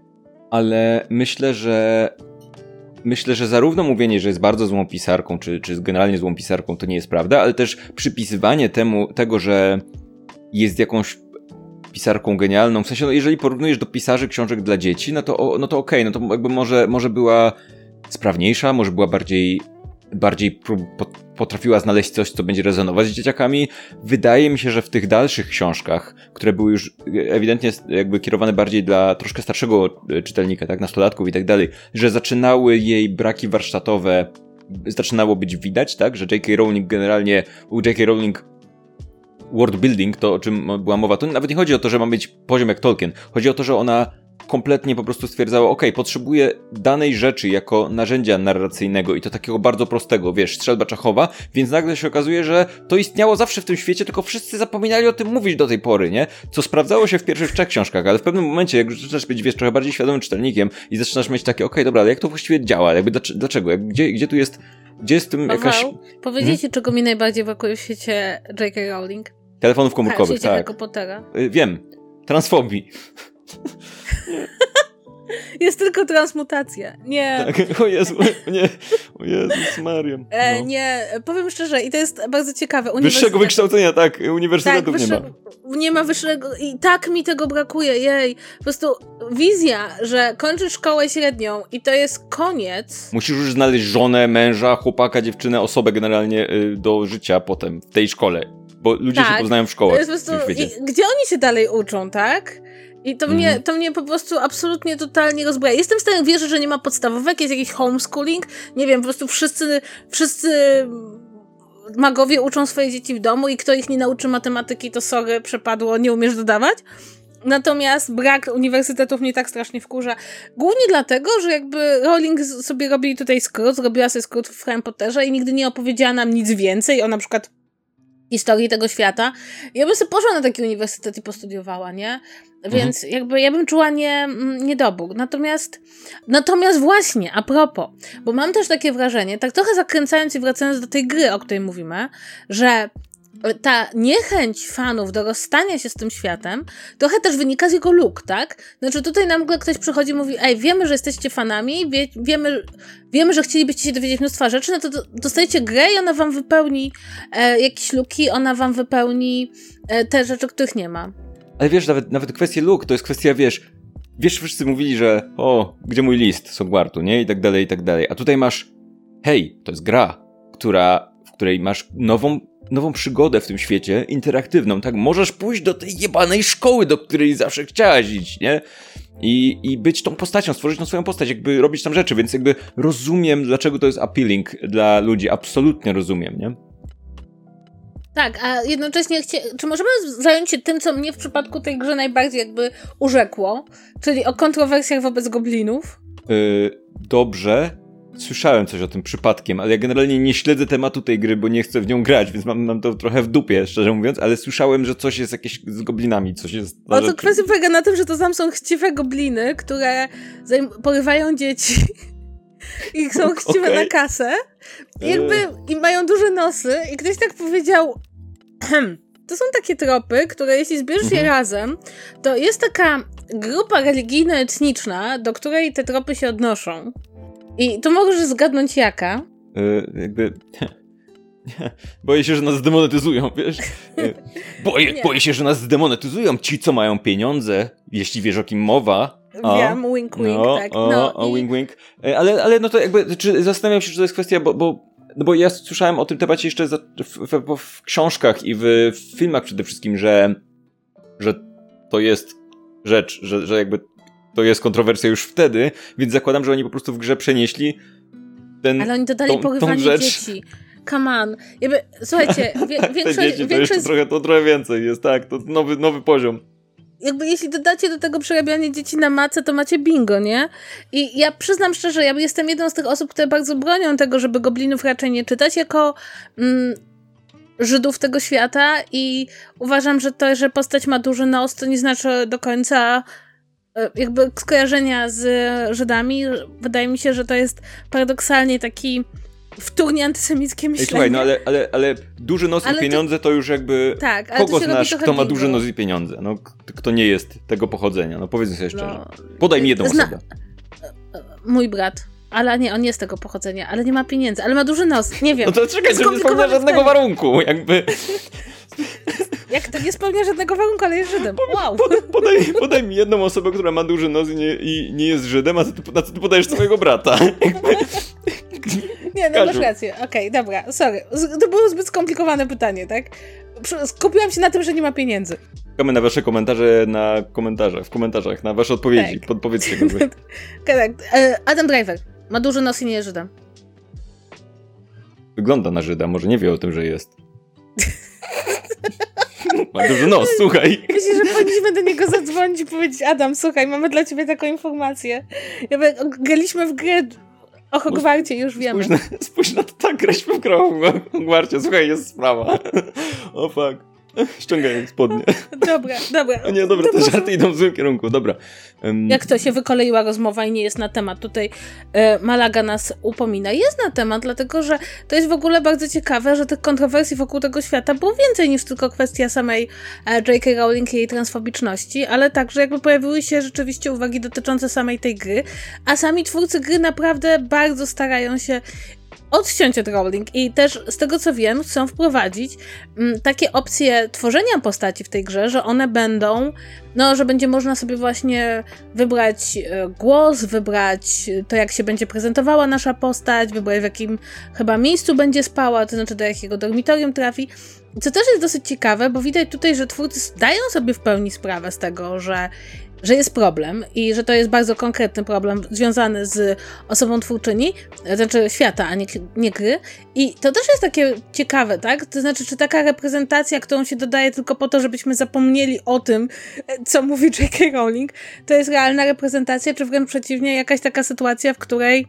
ale myślę, że myślę, że zarówno mówienie, że jest bardzo złą pisarką, czy, czy generalnie złą pisarką, to nie jest prawda, ale też przypisywanie temu, tego, że jest jakąś pisarką genialną, w sensie, no jeżeli porównujesz do pisarzy książek dla dzieci, no to, no to okej, okay, no to jakby może, może była sprawniejsza, może była bardziej, bardziej potrafiła znaleźć coś, co będzie rezonować z dzieciakami. Wydaje mi się, że w tych dalszych książkach, które były już ewidentnie jakby kierowane bardziej dla troszkę starszego czytelnika, tak, nastolatków i tak dalej, że zaczynały jej braki warsztatowe, zaczynało być widać, tak, że J K. Rowling generalnie, u J K. Rowling world building, to o czym była mowa, to nawet nie chodzi o to, że ma mieć poziom jak Tolkien. Chodzi o to, że ona kompletnie po prostu stwierdzała, ok, potrzebuję danej rzeczy jako narzędzia narracyjnego i to takiego bardzo prostego, wiesz, strzelba czachowa, więc nagle się okazuje, że to istniało zawsze w tym świecie, tylko wszyscy zapominali o tym mówić do tej pory, nie? Co sprawdzało się w pierwszych trzech książkach, ale w pewnym momencie, jak zaczynasz być, wiesz, trochę bardziej świadomym czytelnikiem i zaczynasz mieć takie, ok, dobra, ale jak to właściwie działa? Jakby dlaczego? Jak, gdzie, gdzie tu jest, gdzie jest tym jakaś... Paweł, powiedziecie, hmm? czego mi najbardziej brakuje w świecie J K. Rowling? Telefonów komórkowych, tak. Harry Pottera. Y, wiem. Transfobii. Jest tylko transmutacja. Nie. Tak, o Jezu, nie. O Jezus Maria. No. E, nie, powiem szczerze, i to jest bardzo ciekawe. Wyższego wykształcenia, tak, uniwersytetów tak, wyższe... nie ma. Nie ma wyższego, i tak mi tego brakuje, jej. Po prostu wizja, że kończysz szkołę średnią i to jest koniec. Musisz już znaleźć żonę, męża, chłopaka, dziewczynę, osobę generalnie y, do życia potem w tej szkole. Bo ludzie tak, się poznają w szkołach. To jest po prostu, i, gdzie oni się dalej uczą, tak? I to, mm. mnie, to mnie po prostu absolutnie totalnie rozbraja. Jestem w stanie wierzyć, że nie ma podstawówek, jest jakiś homeschooling, nie wiem, po prostu wszyscy, wszyscy magowie uczą swoje dzieci w domu i kto ich nie nauczy matematyki, to sorry, przepadło, nie umiesz dodawać. Natomiast brak uniwersytetów mnie tak strasznie wkurza. Głównie dlatego, że jakby Rowling sobie robi tutaj skrót, zrobiła sobie skrót w Harry Potterze i nigdy nie opowiedziała nam nic więcej o na przykład historii tego świata. Ja bym sobie poszła na taki uniwersytet i postudiowała, nie? Więc mhm. jakby ja bym czuła nie, niedobór. Natomiast, natomiast właśnie, a propos, bo mam też takie wrażenie, tak trochę zakręcając i wracając do tej gry, o której mówimy, że ta niechęć fanów do rozstania się z tym światem trochę też wynika z jego luk, tak? Znaczy tutaj nagle ktoś przychodzi i mówi, ej, wiemy, że jesteście fanami, wie, wiemy, wiemy, że chcielibyście się dowiedzieć mnóstwa rzeczy, no to dostajecie grę i ona wam wypełni e, jakieś luki, ona wam wypełni e, te rzeczy, których nie ma. Ale wiesz, nawet, nawet kwestia luk, to jest kwestia, wiesz, wiesz, wszyscy mówili, że o, gdzie mój list z Hogwartu, nie? I tak dalej, i tak dalej. A tutaj masz, hej, to jest gra, która, w której masz nową nową przygodę w tym świecie, interaktywną, tak? Możesz pójść do tej jebanej szkoły, do której zawsze chciałaś iść, nie? I, i być tą postacią, stworzyć tą swoją postać, jakby robić tam rzeczy, więc jakby rozumiem, dlaczego to jest appealing dla ludzi, absolutnie rozumiem, nie? Tak, a jednocześnie chcie... czy możemy zająć się tym, co mnie w przypadku tej grze najbardziej jakby urzekło, czyli o kontrowersjach wobec goblinów? Yy, dobrze. Słyszałem coś o tym przypadkiem, ale ja generalnie nie śledzę tematu tej gry, bo nie chcę w nią grać, więc mam, mam to trochę w dupie, szczerze mówiąc, ale słyszałem, że coś jest jakieś z goblinami, coś jest... O, to kwestia polega na tym, że to tam są chciwe gobliny, które zajm- porywają dzieci i są chciwe okay. na kasę i jakby i mają duże nosy i ktoś tak powiedział, to to są takie tropy, które jeśli zbierzesz mhm. je razem, to jest taka grupa religijno-etniczna, do której te tropy się odnoszą. I to możesz zgadnąć jaka. Yy, jakby... Boję się, że nas zdemonetyzują, wiesz? Boję, boję się, że nas zdemonetyzują ci, co mają pieniądze, jeśli wiesz, o kim mowa. O, Wiem, wink, wink, no, tak. O, no, o i... wink, wink. Ale, ale no to jakby, czy zastanawiam się, czy to jest kwestia, bo, bo, no bo ja słyszałem o tym temacie jeszcze za, w, w, w książkach i w, w filmach przede wszystkim, że, że to jest rzecz, że, że jakby to jest kontrowersja już wtedy, więc zakładam, że oni po prostu w grze przenieśli ten, Ale oni dodali tą, porywanie tą rzecz. dzieci. Come on. Jakby, słuchajcie, wie, większość... Te dzieci, to większość... jeszcze trochę, to trochę więcej jest, tak, to nowy, nowy poziom. Jakby jeśli dodacie do tego przerabianie dzieci na macę, to macie bingo, nie? I ja przyznam szczerze, ja jestem jedną z tych osób, które bardzo bronią tego, żeby goblinów raczej nie czytać jako mm, Żydów tego świata i uważam, że to, że postać ma duży nos, to nie znaczy do końca jakby skojarzenia z Żydami. Wydaje mi się, że to jest paradoksalnie taki wtórnie antysemickie myślenie. Ej, słuchaj, no ale, ale, ale duży nos ale i pieniądze to... to już jakby... Tak, ale kogo znasz, kto ma duży nos i pieniądze? No, kto nie jest tego pochodzenia? No powiedzmy sobie szczerze. No, podaj mi jedną zna... osobę. Mój brat. Ale nie, on jest tego pochodzenia, ale nie ma pieniędzy, ale ma duży nos, nie wiem. No to czekaj, że nie spełnia żadnego warunku, jakby... Jak to nie spełnia żadnego warunku, ale jest Żydem. Wow. Podaj, podaj mi jedną osobę, która ma duży nos i nie, i nie jest Żydem, a ty, na co ty podajesz swojego brata? Nie, no masz rację. Okej, okay, dobra, sorry. To było zbyt skomplikowane pytanie, tak? Skupiłam się na tym, że nie ma pieniędzy. Czekamy na wasze komentarze na komentarzach, w komentarzach, na wasze odpowiedzi. Tak. Podpowiedzcie kogoś. Tak. Adam Driver ma duży nos i nie jest Żydem. Wygląda na Żyda, może nie wie o tym, że jest. Ma duży nos, słuchaj. Myślę, że powinniśmy do niego zadzwonić i powiedzieć: Adam, słuchaj, mamy dla ciebie taką informację. Jakby graliśmy w grę o Hogwarcie, już wiemy. Spójrz na, spójrz na to, tak, graliśmy w grę o Hogwarcie, słuchaj, jest sprawa. O fuck. Ściągaj spodnie. Dobra, dobra. O nie, dobra, to te żarty idą w złym kierunku, dobra. Um... Jak to się wykoleiła rozmowa i nie jest na temat, tutaj e, Malaga nas upomina. Jest na temat, dlatego że to jest w ogóle bardzo ciekawe, że tych kontrowersji wokół tego świata było więcej niż tylko kwestia samej e, J K. Rowling i jej transfobiczności, ale także jakby pojawiły się rzeczywiście uwagi dotyczące samej tej gry, a sami twórcy gry naprawdę bardzo starają się odciąć od Rowling i też z tego co wiem chcą wprowadzić m, takie opcje tworzenia postaci w tej grze, że one będą, no, że będzie można sobie właśnie wybrać e, głos, wybrać to jak się będzie prezentowała nasza postać, wybrać w jakim chyba miejscu będzie spała, to znaczy do jakiego dormitorium trafi. Co też jest dosyć ciekawe, bo widać tutaj, że twórcy zdają sobie w pełni sprawę z tego, że że jest problem i że to jest bardzo konkretny problem związany z osobą twórczyni, znaczy świata, a nie, nie gry. I to też jest takie ciekawe, tak? To znaczy, czy taka reprezentacja, którą się dodaje tylko po to, żebyśmy zapomnieli o tym, co mówi J K. Rowling, to jest realna reprezentacja, czy wręcz przeciwnie, jakaś taka sytuacja, w której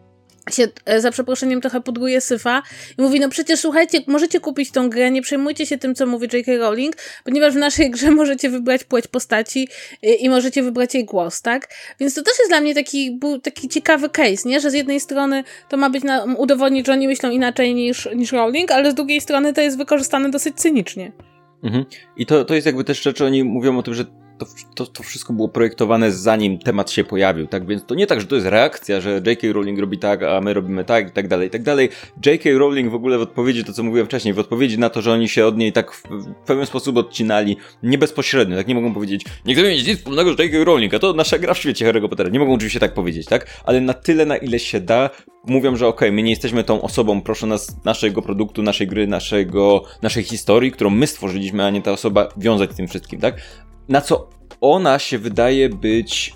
się za przeproszeniem trochę pudruje syfa i mówi, no przecież słuchajcie, możecie kupić tą grę, nie przejmujcie się tym, co mówi J K. Rowling, ponieważ w naszej grze możecie wybrać płeć postaci i, i możecie wybrać jej głos, tak? Więc to też jest dla mnie taki, był taki ciekawy case, nie? Że z jednej strony to ma być na, udowodnić, że oni myślą inaczej niż, niż Rowling, ale z drugiej strony to jest wykorzystane dosyć cynicznie. Mhm. I to, to jest jakby też rzecz, oni mówią o tym, że To, to, to wszystko było projektowane zanim temat się pojawił, tak? Więc to nie tak, że to jest reakcja, że J K. Rowling robi tak, a my robimy tak i tak dalej, i tak dalej. J K. Rowling w ogóle w odpowiedzi, to co mówiłem wcześniej, w odpowiedzi na to, że oni się od niej tak w, w pewien sposób odcinali, nie bezpośrednio, tak? Nie mogą powiedzieć, nie chcemy mieć nic wspólnego z J K. Rowling, a to nasza gra w świecie Harry'ego Pottera. Nie mogą oczywiście tak powiedzieć, tak? Ale na tyle, na ile się da, mówią, że okej, okay, my nie jesteśmy tą osobą, proszę nas, naszego produktu, naszej gry, naszego, naszej historii, którą my stworzyliśmy, a nie ta osoba wiązać z tym wszystkim, tak? Na co ona się wydaje być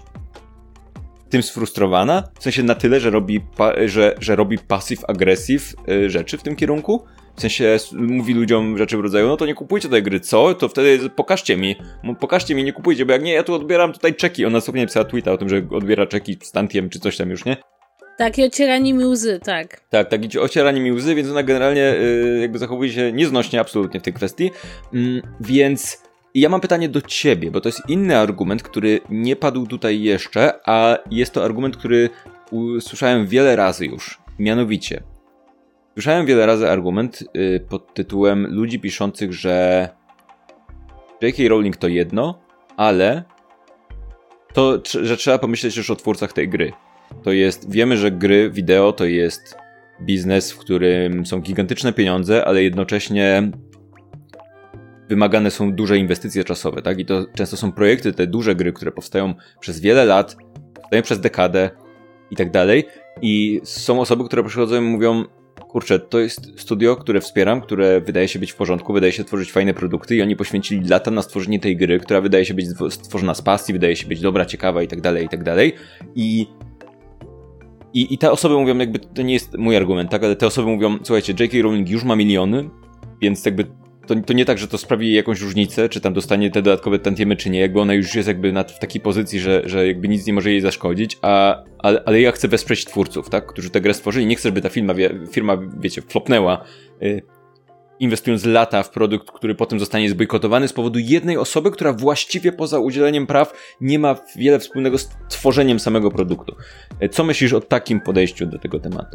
tym sfrustrowana, w sensie na tyle, że robi, pa- że, że robi passive-aggressive y, rzeczy w tym kierunku. W sensie mówi ludziom rzeczy w rodzaju, no to nie kupujcie tej gry, co? To wtedy pokażcie mi, pokażcie mi, nie kupujcie, bo jak nie, ja tu odbieram tutaj czeki. Ona sobie napisała tweeta o tym, że odbiera czeki z Tantiem czy coś tam już, nie? Tak, i ocieranie mi łzy, tak. Tak, tak, i ocieranie mi łzy, więc ona generalnie y, jakby zachowuje się nieznośnie absolutnie w tej kwestii, mm, więc... I ja mam pytanie do ciebie, bo to jest inny argument, który nie padł tutaj jeszcze, a jest to argument, który usłyszałem wiele razy już. Mianowicie, słyszałem wiele razy argument y, pod tytułem ludzi piszących, że J K. Rowling to jedno, ale to, że trzeba pomyśleć już o twórcach tej gry. To jest, wiemy, że gry wideo to jest biznes, w którym są gigantyczne pieniądze, ale jednocześnie wymagane są duże inwestycje czasowe, tak? I to często są projekty, te duże gry, które powstają przez wiele lat, powstają przez dekadę i tak dalej. I są osoby, które przychodzą i mówią, kurczę, to jest studio, które wspieram, które wydaje się być w porządku, wydaje się tworzyć fajne produkty i oni poświęcili lata na stworzenie tej gry, która wydaje się być stworzona z pasji, wydaje się być dobra, ciekawa i tak dalej, i tak dalej. I I, I te osoby mówią, jakby to nie jest mój argument, tak, ale te osoby mówią, słuchajcie, J K. Rowling już ma miliony, więc jakby to, to nie tak, że to sprawi jej jakąś różnicę, czy tam dostanie te dodatkowe tantiemy, czy nie, jakby ona już jest jakby na, w takiej pozycji, że, że jakby nic nie może jej zaszkodzić, a, ale, ale ja chcę wesprzeć twórców, tak, którzy tę grę stworzyli, nie chcę, żeby ta firma, firma wiecie, flopnęła, yy, inwestując lata w produkt, który potem zostanie zbojkotowany z powodu jednej osoby, która właściwie poza udzieleniem praw nie ma wiele wspólnego z tworzeniem samego produktu. Co myślisz o takim podejściu do tego tematu?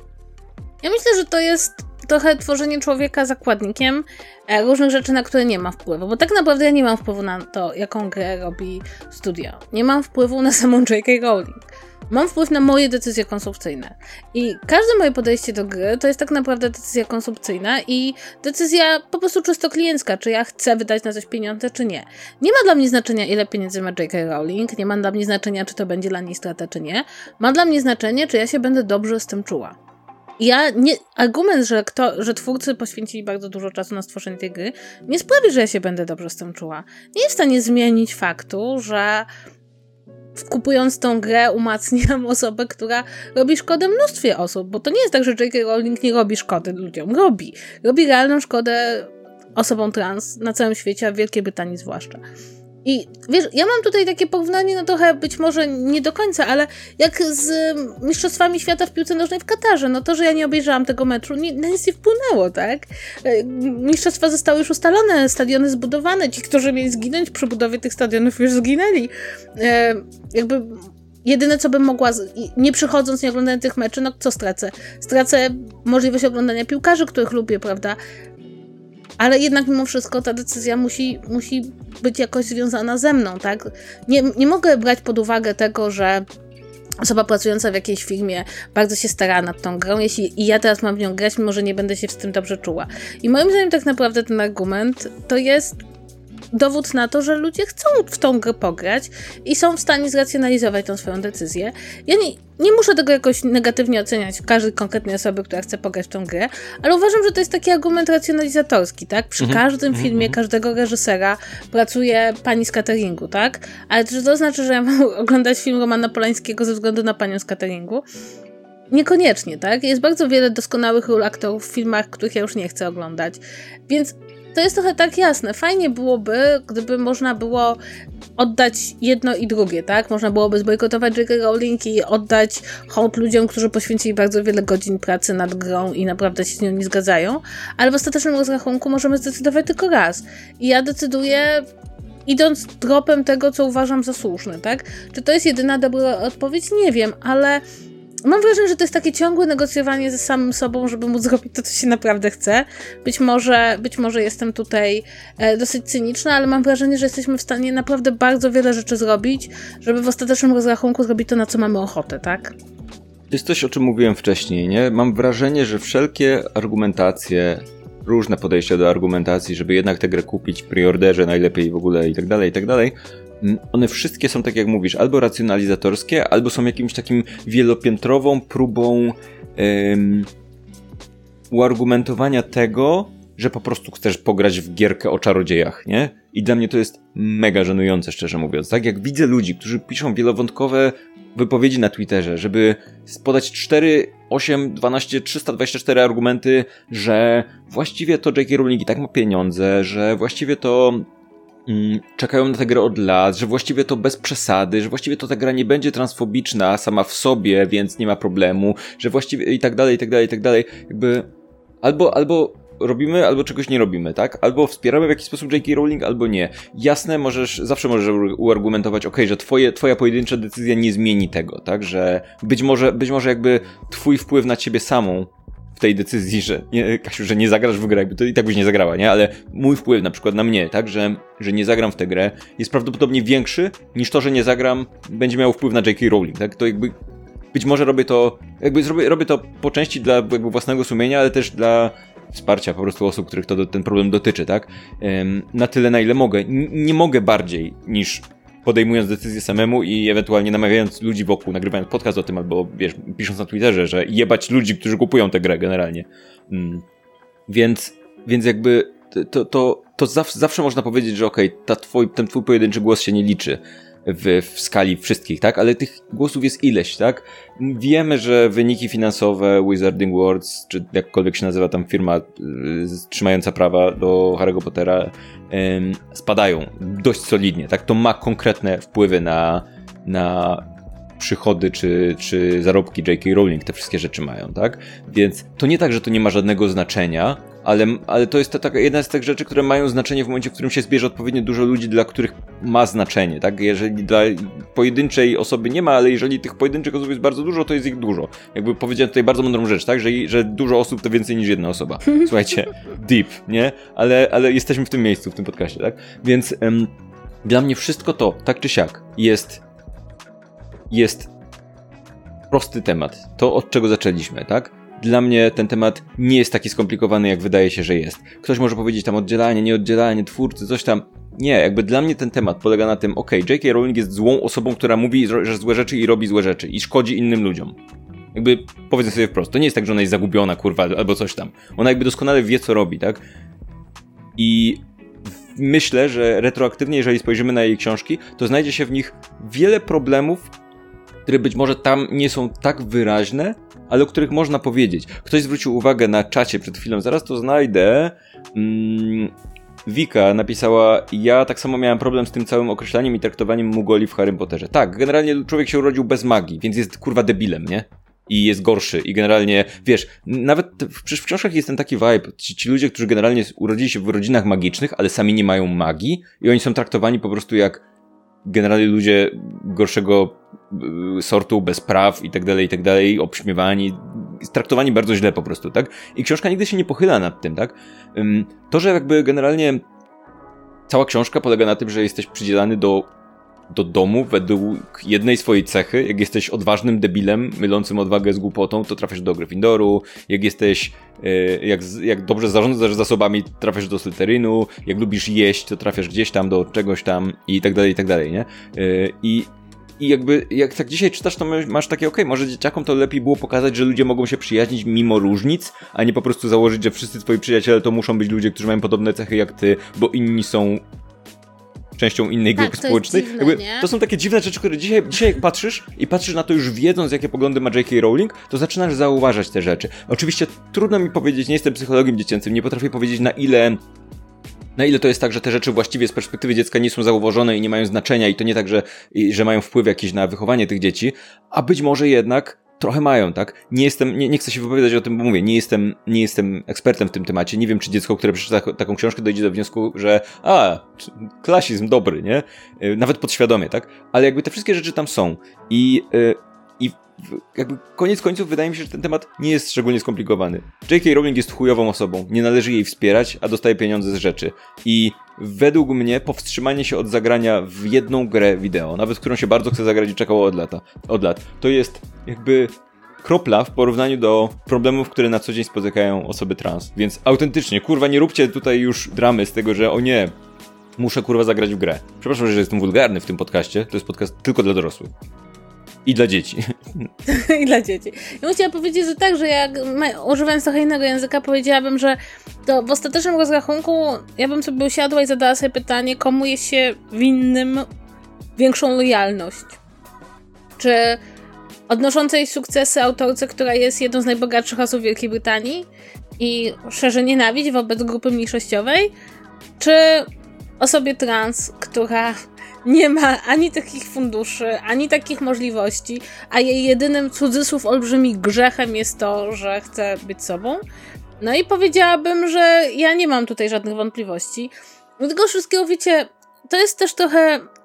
Ja myślę, że to jest trochę tworzenie człowieka zakładnikiem różnych rzeczy, na które nie ma wpływu, bo tak naprawdę ja nie mam wpływu na to, jaką grę robi studio. Nie mam wpływu na samą J K. Rowling. Mam wpływ na moje decyzje konsumpcyjne. I każde moje podejście do gry to jest tak naprawdę decyzja konsumpcyjna i decyzja po prostu czysto kliencka, czy ja chcę wydać na coś pieniądze, czy nie. Nie ma dla mnie znaczenia, ile pieniędzy ma J K. Rowling, nie ma dla mnie znaczenia, czy to będzie dla niej strata, czy nie. Ma dla mnie znaczenie, czy ja się będę dobrze z tym czuła. Ja nie, argument, że, kto, że twórcy poświęcili bardzo dużo czasu na stworzenie tej gry, nie sprawi, że ja się będę dobrze z tym czuła. Nie jest w stanie zmienić faktu, że kupując tą grę umacniam osobę, która robi szkodę mnóstwie osób, bo to nie jest tak, że J K. Rowling nie robi szkody ludziom. Robi. Robi realną szkodę osobom trans na całym świecie, a w Wielkiej Brytanii zwłaszcza. I wiesz, ja mam tutaj takie porównanie, no trochę być może nie do końca, ale jak z Mistrzostwami Świata w piłce nożnej w Katarze, no to, że ja nie obejrzałam tego meczu, nie, na nic nie wpłynęło, tak? Mistrzostwa zostały już ustalone, stadiony zbudowane, ci, którzy mieli zginąć przy budowie tych stadionów, już zginęli. E, jakby jedyne, co bym mogła, nie przychodząc, nie oglądając tych meczy, no co stracę? Stracę możliwość oglądania piłkarzy, których lubię, prawda? Ale jednak mimo wszystko ta decyzja musi, musi być jakoś związana ze mną, tak? Nie, nie mogę brać pod uwagę tego, że osoba pracująca w jakiejś firmie bardzo się stara nad tą grą, jeśli i ja teraz mam w nią grać, mimo że nie będę się z tym dobrze czuła. I moim zdaniem tak naprawdę ten argument to jest dowód na to, że ludzie chcą w tą grę pograć i są w stanie zracjonalizować tą swoją decyzję. Ja nie, nie muszę tego jakoś negatywnie oceniać każdej konkretnej osoby, która chce pograć w tą grę, ale uważam, że to jest taki argument racjonalizatorski, tak? Przy mhm. każdym filmie, każdego reżysera pracuje pani z cateringu, tak? Ale czy to znaczy, że ja mam oglądać film Romana Polańskiego ze względu na panią z cateringu? Niekoniecznie, tak? Jest bardzo wiele doskonałych ról aktorów w filmach, których ja już nie chcę oglądać. Więc to jest trochę tak jasne. Fajnie byłoby, gdyby można było oddać jedno i drugie, tak? Można byłoby zbojkotować J K. Rowling i oddać hołd ludziom, którzy poświęcili bardzo wiele godzin pracy nad grą i naprawdę się z nią nie zgadzają, ale w ostatecznym rozrachunku możemy zdecydować tylko raz. I ja decyduję, idąc tropem tego, co uważam za słuszne, tak? Czy to jest jedyna dobra odpowiedź? Nie wiem, ale mam wrażenie, że to jest takie ciągłe negocjowanie ze samym sobą, żeby móc zrobić to, co się naprawdę chce. Być może, być może jestem tutaj e, dosyć cyniczna, ale mam wrażenie, że jesteśmy w stanie naprawdę bardzo wiele rzeczy zrobić, żeby w ostatecznym rozrachunku zrobić to, na co mamy ochotę, tak? To jest coś, o czym mówiłem wcześniej, nie? Mam wrażenie, że wszelkie argumentacje, różne podejścia do argumentacji, żeby jednak tę grę kupić w preorderze najlepiej w ogóle i tak dalej, i tak dalej, one wszystkie są, tak jak mówisz, albo racjonalizatorskie, albo są jakimś takim wielopiętrową próbą um, uargumentowania tego, że po prostu chcesz pograć w gierkę o czarodziejach, nie? I dla mnie to jest mega żenujące, szczerze mówiąc. Tak jak widzę ludzi, którzy piszą wielowątkowe wypowiedzi na Twitterze, żeby podać cztery, osiem, dwanaście, trzysta dwadzieścia cztery argumenty, że właściwie to J K. Rowling i tak ma pieniądze, że właściwie to mm, czekają na tę grę od lat, że właściwie to bez przesady, że właściwie to ta gra nie będzie transfobiczna sama w sobie, więc nie ma problemu, że właściwie i tak dalej, i tak dalej, i tak dalej. Jakby albo, albo robimy, albo czegoś nie robimy, tak? Albo wspieramy w jakiś sposób J K. Rowling, albo nie. Jasne, możesz, zawsze możesz uargumentować, okej, okay, że twoje, twoja pojedyncza decyzja nie zmieni tego, tak? Że być może, być może jakby twój wpływ na ciebie samą w tej decyzji, że nie, Kasiu, że nie zagrasz w grę, bo to i tak byś nie zagrała, nie? Ale mój wpływ na przykład na mnie, tak, że, że nie zagram w tę grę jest prawdopodobnie większy niż to, że nie zagram, będzie miało wpływ na J K. Rowling, tak? To jakby być może robię to, jakby zrobię, robię to po części dla jakby własnego sumienia, ale też dla wsparcia po prostu osób, których to, ten problem dotyczy, tak? Ym, na tyle, na ile mogę. N- nie mogę bardziej niż podejmując decyzję samemu i ewentualnie namawiając ludzi wokół, nagrywając podcast o tym, albo wiesz, pisząc na Twitterze, że jebać ludzi, którzy kupują tę grę generalnie. Mm. Więc, więc jakby to, to, to zawsze, zawsze można powiedzieć, że okej, okay, twój, ten twój pojedynczy głos się nie liczy w, w skali wszystkich, tak? Ale tych głosów jest ileś, tak? Wiemy, że wyniki finansowe Wizarding Worlds, czy jakkolwiek się nazywa tam firma y, trzymająca prawa do Harry'ego Pottera, y, spadają dość solidnie, tak? To ma konkretne wpływy na, na przychody, czy, czy zarobki J K. Rowling, te wszystkie rzeczy mają, tak? Więc to nie tak, że to nie ma żadnego znaczenia, ale, ale to jest ta, taka jedna z tych rzeczy, które mają znaczenie w momencie, w którym się zbierze odpowiednio dużo ludzi, dla których ma znaczenie, tak? Jeżeli dla pojedynczej osoby nie ma, ale jeżeli tych pojedynczych osób jest bardzo dużo, to jest ich dużo. Jakby powiedziałem tutaj bardzo mądrą rzecz, tak? Że, że dużo osób to więcej niż jedna osoba. Słuchajcie, deep, nie? Ale, ale jesteśmy w tym miejscu, w tym podcaście, tak? Więc em, dla mnie wszystko to, tak czy siak, jest jest prosty temat. To, od czego zaczęliśmy, tak? Dla mnie ten temat nie jest taki skomplikowany, jak wydaje się, że jest. Ktoś może powiedzieć tam oddzielanie, nieoddzielanie, twórcy, coś tam. Nie, jakby dla mnie ten temat polega na tym, okej, okay, J K. Rowling jest złą osobą, która mówi, że złe rzeczy i robi złe rzeczy i szkodzi innym ludziom. Jakby, powiedzmy sobie wprost, to nie jest tak, że ona jest zagubiona, kurwa, albo coś tam. Ona jakby doskonale wie, co robi, tak? I myślę, że retroaktywnie, jeżeli spojrzymy na jej książki, to znajdzie się w nich wiele problemów, które być może tam nie są tak wyraźne, ale o których można powiedzieć. Ktoś zwrócił uwagę na czacie przed chwilą, zaraz to znajdę. Mm, Wika napisała, ja tak samo miałem problem z tym całym określaniem i traktowaniem Mugoli w Harrym Potterze. Tak, generalnie człowiek się urodził bez magii, więc jest kurwa debilem, nie? I jest gorszy i generalnie, wiesz, nawet przecież w książkach jest ten taki vibe, ci, ci ludzie, którzy generalnie urodzili się w rodzinach magicznych, ale sami nie mają magii i oni są traktowani po prostu jak generalnie ludzie gorszego sortu, bez praw i tak dalej, i tak dalej, obśmiewani, traktowani bardzo źle po prostu, tak? I książka nigdy się nie pochyla nad tym, tak? To, że jakby generalnie cała książka polega na tym, że jesteś przydzielany do, do domu według jednej swojej cechy. Jak jesteś odważnym debilem, mylącym odwagę z głupotą, to trafiasz do Gryffindoru. Jak jesteś, jak, jak dobrze zarządzasz zasobami, trafiasz do Slytherinu. Jak lubisz jeść, to trafiasz gdzieś tam do czegoś tam i tak dalej, i tak dalej, nie? I I jakby, jak tak dzisiaj czytasz, to masz takie, okej, okay, może dzieciakom to lepiej było pokazać, że ludzie mogą się przyjaźnić mimo różnic, a nie po prostu założyć, że wszyscy twoi przyjaciele to muszą być ludzie, którzy mają podobne cechy jak ty, bo inni są częścią innej tak, grupy społecznej. Dziwne, jakby, nie? To są takie dziwne rzeczy, które dzisiaj, dzisiaj jak patrzysz i patrzysz na to już wiedząc, jakie poglądy ma J K. Rowling, to zaczynasz zauważać te rzeczy. Oczywiście trudno mi powiedzieć, nie jestem psychologiem dziecięcym, nie potrafię powiedzieć, na ile Na ile to jest tak, że te rzeczy właściwie z perspektywy dziecka nie są zauważone i nie mają znaczenia i to nie tak, że, że mają wpływ jakiś na wychowanie tych dzieci, a być może jednak trochę mają, tak? Nie jestem, nie, nie chcę się wypowiadać o tym, bo mówię, nie jestem, nie jestem ekspertem w tym temacie, nie wiem, czy dziecko, które przeczyta taką książkę, dojdzie do wniosku, że a, klasizm dobry, nie? Nawet podświadomie, tak? Ale jakby te wszystkie rzeczy tam są i... Yy, i jakby koniec końców wydaje mi się, że ten temat nie jest szczególnie skomplikowany. J K. Rowling jest chujową osobą, nie należy jej wspierać, a dostaje pieniądze z rzeczy. I według mnie powstrzymanie się od zagrania w jedną grę wideo, nawet którą się bardzo chce zagrać i czekało od lata, od lat, to jest jakby kropla w porównaniu do problemów, które na co dzień spotykają osoby trans. Więc autentycznie, kurwa, nie róbcie tutaj już dramy z tego, że o nie, muszę kurwa zagrać w grę. Przepraszam, że jestem wulgarny w tym podcaście, to jest podcast tylko dla dorosłych. I dla dzieci. I dla dzieci. Ja chciałam powiedzieć, że tak, że jak używając trochę innego języka, powiedziałabym, że to w ostatecznym rozrachunku ja bym sobie usiadła i zadała sobie pytanie, komu jest się winnym większą lojalność. Czy odnoszącej sukcesy autorce, która jest jedną z najbogatszych osób w Wielkiej Brytanii i szerzy nienawiść wobec grupy mniejszościowej, czy osobie trans, która nie ma ani takich funduszy, ani takich możliwości, a jej jedynym cudzysłów olbrzymi grzechem jest to, że chce być sobą. No i powiedziałabym, że ja nie mam tutaj żadnych wątpliwości. Do tego wszystkiego, wiecie, to jest też trochę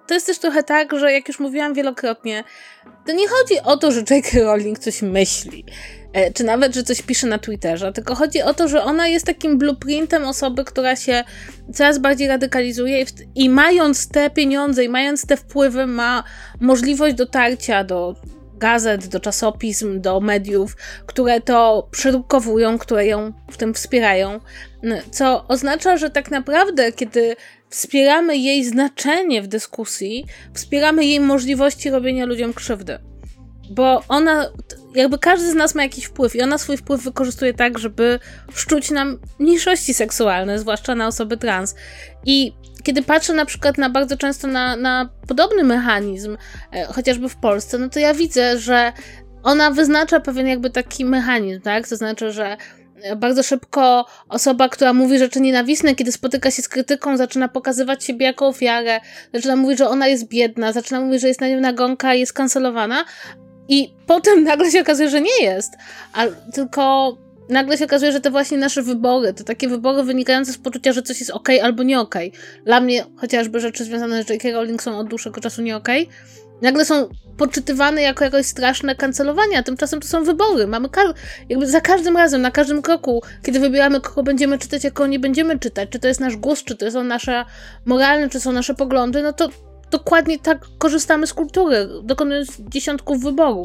to jest też trochę tak, że jak już mówiłam wielokrotnie, to nie chodzi o to, że J K. Rowling coś myśli, czy nawet, że coś pisze na Twitterze, tylko chodzi o to, że ona jest takim blueprintem osoby, która się coraz bardziej radykalizuje i, w, i mając te pieniądze i mając te wpływy ma możliwość dotarcia do gazet, do czasopism, do mediów, które to przedrukowują, które ją w tym wspierają, co oznacza, że tak naprawdę, kiedy wspieramy jej znaczenie w dyskusji, wspieramy jej możliwości robienia ludziom krzywdy. Bo ona, jakby każdy z nas ma jakiś wpływ i ona swój wpływ wykorzystuje tak, żeby szczuć nam mniejszości seksualne, zwłaszcza na osoby trans. I kiedy patrzę na przykład na bardzo często na, na podobny mechanizm, e, chociażby w Polsce, no to ja widzę, że ona wyznacza pewien jakby taki mechanizm, tak? To znaczy, że bardzo szybko osoba, która mówi rzeczy nienawistne, kiedy spotyka się z krytyką, zaczyna pokazywać siebie jako ofiarę, zaczyna mówić, że ona jest biedna, zaczyna mówić, że jest na nią nagonka i jest kancelowana i potem nagle się okazuje, że nie jest, a tylko nagle się okazuje, że to właśnie nasze wybory, to takie wybory wynikające z poczucia, że coś jest okej okay albo nie okej. Okay. Dla mnie chociażby rzeczy związane z J K. Rowling są od dłuższego czasu nie okej. Okay. Nagle są poczytywane jako jakoś straszne kancelowanie, a tymczasem to są wybory. Mamy ka- jakby za każdym razem, na każdym kroku, kiedy wybieramy, kogo będziemy czytać, a kogo nie będziemy czytać, czy to jest nasz głos, czy to są nasze moralne, czy są nasze poglądy, no to dokładnie tak korzystamy z kultury, dokonując dziesiątków wyborów.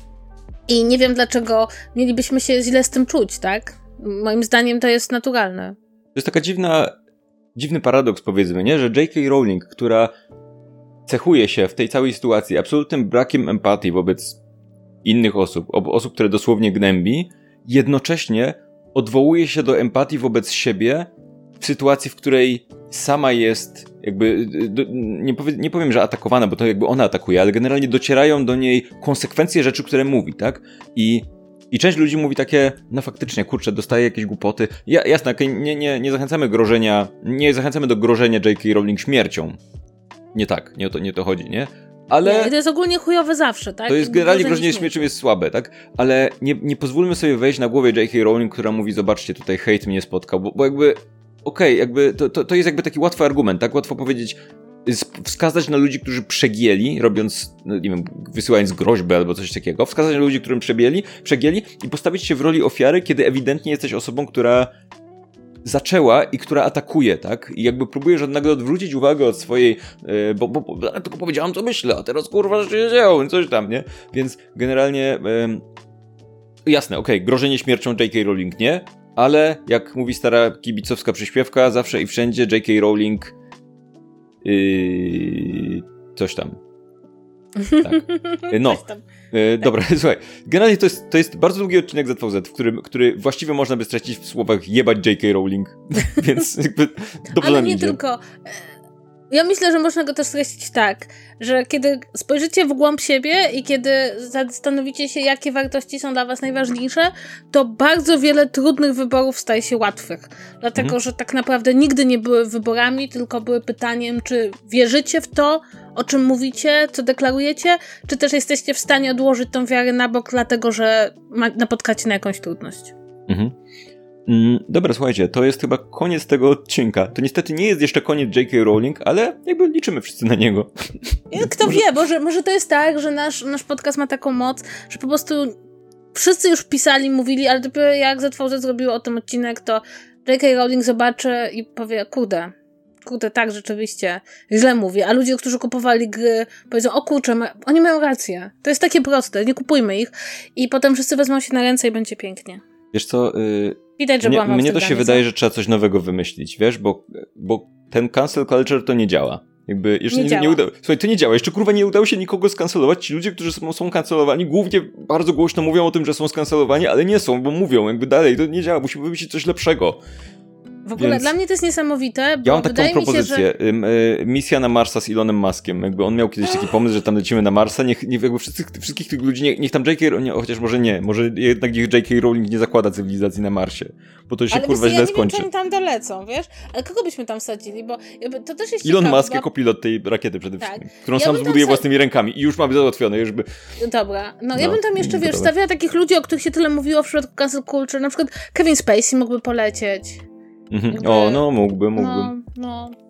I nie wiem, dlaczego mielibyśmy się źle z tym czuć, tak? Moim zdaniem to jest naturalne. To jest taka dziwna, dziwny paradoks, powiedzmy, nie? Że J K. Rowling, która cechuje się w tej całej sytuacji absolutnym brakiem empatii wobec innych osób, osób, które dosłownie gnębi, jednocześnie odwołuje się do empatii wobec siebie w sytuacji, w której sama jest jakby, nie powiem, nie powiem, że atakowana, bo to jakby ona atakuje, ale generalnie docierają do niej konsekwencje rzeczy, które mówi, tak? I, i część ludzi mówi takie, no faktycznie, kurczę, dostaje jakieś głupoty. Ja, jasne, nie, nie, nie zachęcamy grożenia, nie zachęcamy do grożenia J K. Rowling śmiercią. Nie tak, nie o to, nie o to chodzi, nie? Ale nie, to jest ogólnie chujowe zawsze, tak? To jest generalnie grożenie śmiercią jest słabe, tak? Ale nie, nie pozwólmy sobie wejść na głowie J K. Rowling, która mówi, zobaczcie, tutaj hejt mnie spotkał, bo, bo jakby okej, okay, jakby to, to, to jest jakby taki łatwy argument, tak? Łatwo powiedzieć, wskazać na ludzi, którzy przegięli, robiąc, no nie wiem, wysyłając groźby albo coś takiego, wskazać na ludzi, którym przegięli, przegięli i postawić się w roli ofiary, kiedy ewidentnie jesteś osobą, która zaczęła i która atakuje, tak? I jakby próbujesz od nagle odwrócić uwagę od swojej, yy, bo, bo, bo tylko powiedziałam, co myślę, a teraz kurwa, że się działo, coś tam, nie? Więc generalnie yy, jasne, okej, okay, grożenie śmiercią J K. Rowling nie, ale jak mówi stara kibicowska przyśpiewka, zawsze i wszędzie J K. Rowling yy, coś tam. Tak. No. Yy, dobra, słuchaj. Generalnie to jest, to jest bardzo długi odcinek Z V Z, w którym, który właściwie można by streścić w słowach jebać J K. Rowling. Więc jakby dobrze ale nam nie idzie. tylko. Ja myślę, że można go też streścić tak, że kiedy spojrzycie w głąb siebie i kiedy zastanowicie się, jakie wartości są dla was najważniejsze, to bardzo wiele trudnych wyborów staje się łatwych. Dlatego, mhm. że tak naprawdę nigdy nie były wyborami, tylko były pytaniem, czy wierzycie w to, o czym mówicie, co deklarujecie, czy też jesteście w stanie odłożyć tą wiarę na bok, dlatego, że napotkacie na jakąś trudność. Mhm. Mm, dobra, słuchajcie, to jest chyba koniec tego odcinka. To niestety nie jest jeszcze koniec J K. Rowling, ale jakby liczymy wszyscy na niego. Kto wie, może, może to jest tak, że nasz, nasz podcast ma taką moc, że po prostu wszyscy już pisali, mówili, ale dopiero jak Z V Z zrobiło o tym odcinek, to J K. Rowling zobaczy i powie, kurde, kurde, tak, rzeczywiście, źle mówię, a ludzie, którzy kupowali gry, powiedzą, o kurczę, ma, oni mają rację. To jest takie proste, nie kupujmy ich. I potem wszyscy wezmą się na ręce i będzie pięknie. Wiesz co, yy, widać, że mnie, mnie to się wydaje, że trzeba coś nowego wymyślić, wiesz, bo, bo ten cancel culture to nie działa. Jakby jeszcze nie, nie, nie udało. Słuchaj, to nie działa. Jeszcze kurwa nie udało się nikogo skancelować. Ci ludzie, którzy są, są kancelowani, głównie bardzo głośno mówią o tym, że są skancelowani, ale nie są, bo mówią jakby dalej. To nie działa. Musimy wymyślić coś lepszego. W ogóle Więc... dla mnie to jest niesamowite, bo ja mam taką wydaje propozycję. Mi się, że... Misja na Marsa z Elonem Muskiem. Jakby on miał kiedyś taki pomysł, że tam lecimy na Marsa. Niech, niech jakby wszystkich, wszystkich tych ludzi, niech, niech tam J K. Nie, chociaż może nie. Może jednak niech J K. Rowling nie zakłada cywilizacji na Marsie. Bo to się ale kurwa źle ja Ale skończy. nie wiem, czy oni tam dolecą, wiesz? Ale kogo byśmy tam wsadzili? Bo to też jest Elon ciekawe, Musk bo... jako pilot tej rakiety przede wszystkim. Tak. Którą ja sam zbuduje sad... własnymi rękami. I już mamy załatwione. Już by... Dobra. No, no ja bym tam jeszcze, wiesz, stawiała takich ludzi, o których się tyle mówiło w przypadku cancel culture. Na przykład Kevin Spacey mógłby polecieć. Mhm. Jakby... O, no mógłby, mógłby. No, no.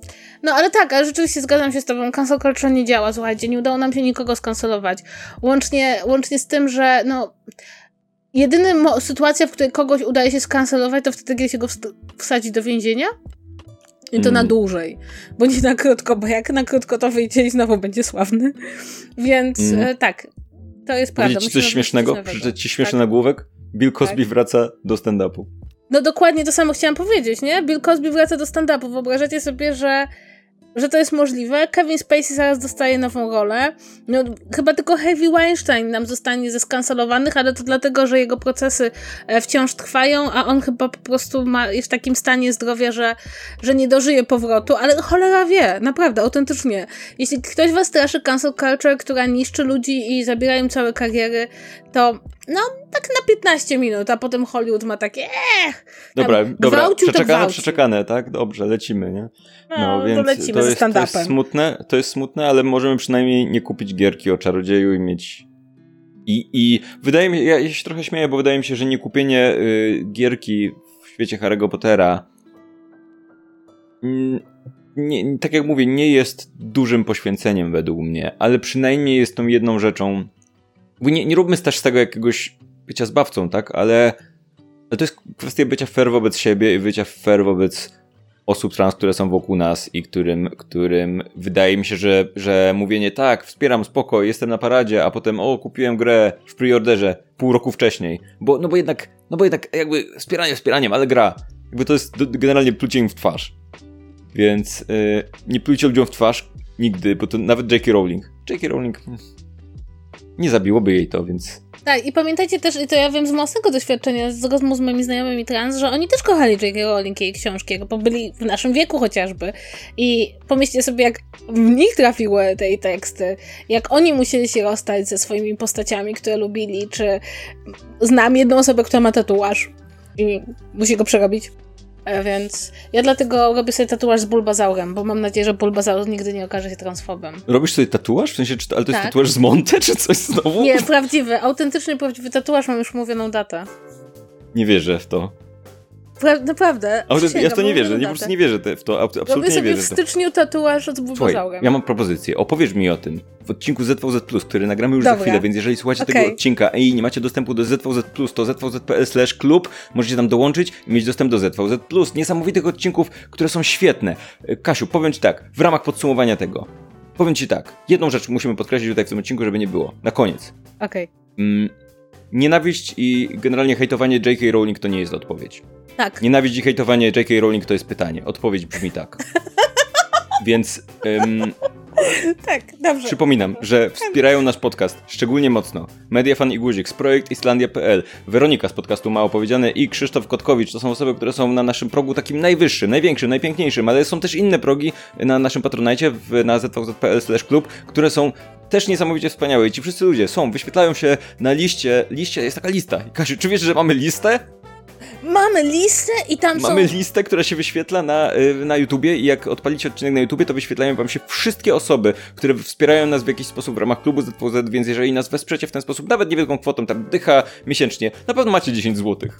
No ale tak, ale rzeczywiście zgadzam się z tobą, cancel culture nie działa, słuchajcie, nie udało nam się nikogo skancelować. Łącznie, łącznie z tym, że no... Jedyna mo- sytuacja, w której kogoś udaje się skancelować, to wtedy, kiedy się go wst- wsadzi do więzienia. I to mm. na dłużej. Bo nie na krótko, bo jak na krótko to wyjdzie i znowu będzie sławny. Więc mm. e, tak, to jest prawda. Powiedzieć ci coś śmiesznego? Przeczytać ci śmieszny tak? nagłówek? Bill Cosby tak. wraca do stand-upu. No dokładnie to samo chciałam powiedzieć, nie? Bill Cosby wraca do stand-upu. Wyobrażacie sobie, że że to jest możliwe. Kevin Spacey zaraz dostaje nową rolę. No, chyba tylko Harvey Weinstein nam zostanie ze skancelowanych, ale to dlatego, że jego procesy wciąż trwają, a on chyba po prostu ma, jest w takim stanie zdrowia, że, że nie dożyje powrotu, ale cholera wie, naprawdę, autentycznie. Jeśli ktoś was straszy cancel culture, która niszczy ludzi i zabiera im całe kariery, to no, tak na piętnaście minut, a potem Hollywood ma takie eee, Dobra, dobra, przeczekane, przeczekane, tak? Dobrze, lecimy, nie? No, no więc to lecimy to jest, ze stand-upem. To jest smutne, to jest smutne, ale możemy przynajmniej nie kupić gierki o czarodzieju i mieć... I, i wydaje mi się, ja się trochę śmieję, bo wydaje mi się, że nie kupienie y, gierki w świecie Harry'ego Pottera mm, nie, tak jak mówię, nie jest dużym poświęceniem według mnie, ale przynajmniej jest tą jedną rzeczą. Nie, nie róbmy też z tego jakiegoś bycia zbawcą, tak? Ale, ale to jest kwestia bycia fair wobec siebie i bycia fair wobec osób trans, które są wokół nas i którym, którym wydaje mi się, że, że mówienie tak, wspieram, spoko, jestem na paradzie, a potem o, kupiłem grę w preorderze pół roku wcześniej. Bo, no bo jednak, no bo jednak jakby wspieranie wspieraniem, ale gra. Jakby to jest generalnie plucie im w twarz. Więc yy, nie plujcie ludziom w twarz nigdy, bo to nawet J K. Rowling. J K. Rowling nie zabiłoby jej to, więc... Tak, i pamiętajcie też, i to ja wiem z własnego doświadczenia, z rozmów z moimi znajomymi trans, że oni też kochali J K. Rowling i jej książki, bo byli w naszym wieku chociażby. I pomyślcie sobie, jak w nich trafiły te teksty, jak oni musieli się rozstać ze swoimi postaciami, które lubili, czy znam jedną osobę, która ma tatuaż i musi go przerobić. Więc ja dlatego robię sobie tatuaż z Bulbazaurem, bo mam nadzieję, że Bulbazaur nigdy nie okaże się transfobem. Robisz sobie tatuaż? W sensie, czy, ale to tak. jest tatuaż z Monte, czy coś znowu? Nie, prawdziwy, autentycznie prawdziwy tatuaż, mam już mówioną datę. Nie wierzę w to. Pra- naprawdę. Ale ja w to nie wierzę, nie, po prostu nie wierzę w to, absolutnie robię nie wierzę. Robię sobie w styczniu tatuaż z Bulbazaurem. Słuchaj, ja mam propozycję, opowiesz mi o tym w odcinku Z V Z plus, który nagramy już Dobra. za chwilę, więc jeżeli słuchacie okay. tego odcinka i nie macie dostępu do Z V Z plus, to zwz.pl slash klub, możecie tam dołączyć i mieć dostęp do Z V Z plus. Niesamowitych odcinków, które są świetne. Kasiu, powiem ci tak, w ramach podsumowania tego, powiem ci tak, jedną rzecz musimy podkreślić tutaj w tym odcinku, żeby nie było. Na koniec. Okej. Okay. Mm, nienawiść i generalnie hejtowanie J K. Rowling to nie jest odpowiedź. Tak. Nienawiść i hejtowanie J K. Rowling to jest pytanie. Odpowiedź brzmi tak. Więc ym, tak, dobrze. Przypominam, że wspierają nasz podcast szczególnie mocno Mediafan i Guzik z projekt islandia kropka p l, Weronika z podcastu Mało Powiedziane i Krzysztof Kotkowicz. To są osoby, które są na naszym progu takim najwyższym, największym, najpiękniejszym, ale są też inne progi na naszym Patronite w, na zwz.pl slash klub, które są też niesamowicie wspaniałe i ci wszyscy ludzie są, wyświetlają się na liście, liście, jest taka lista. Kasiu, czy wiesz, że mamy listę? Mamy listę i tam Mamy są... Mamy listę, która się wyświetla na, na YouTubie i jak odpalicie odcinek na YouTubie, to wyświetlają wam się wszystkie osoby, które wspierają nas w jakiś sposób w ramach klubu Z V Z, więc jeżeli nas wesprzecie w ten sposób, nawet niewielką kwotą, tam dycha miesięcznie, na pewno macie dziesięć złotych.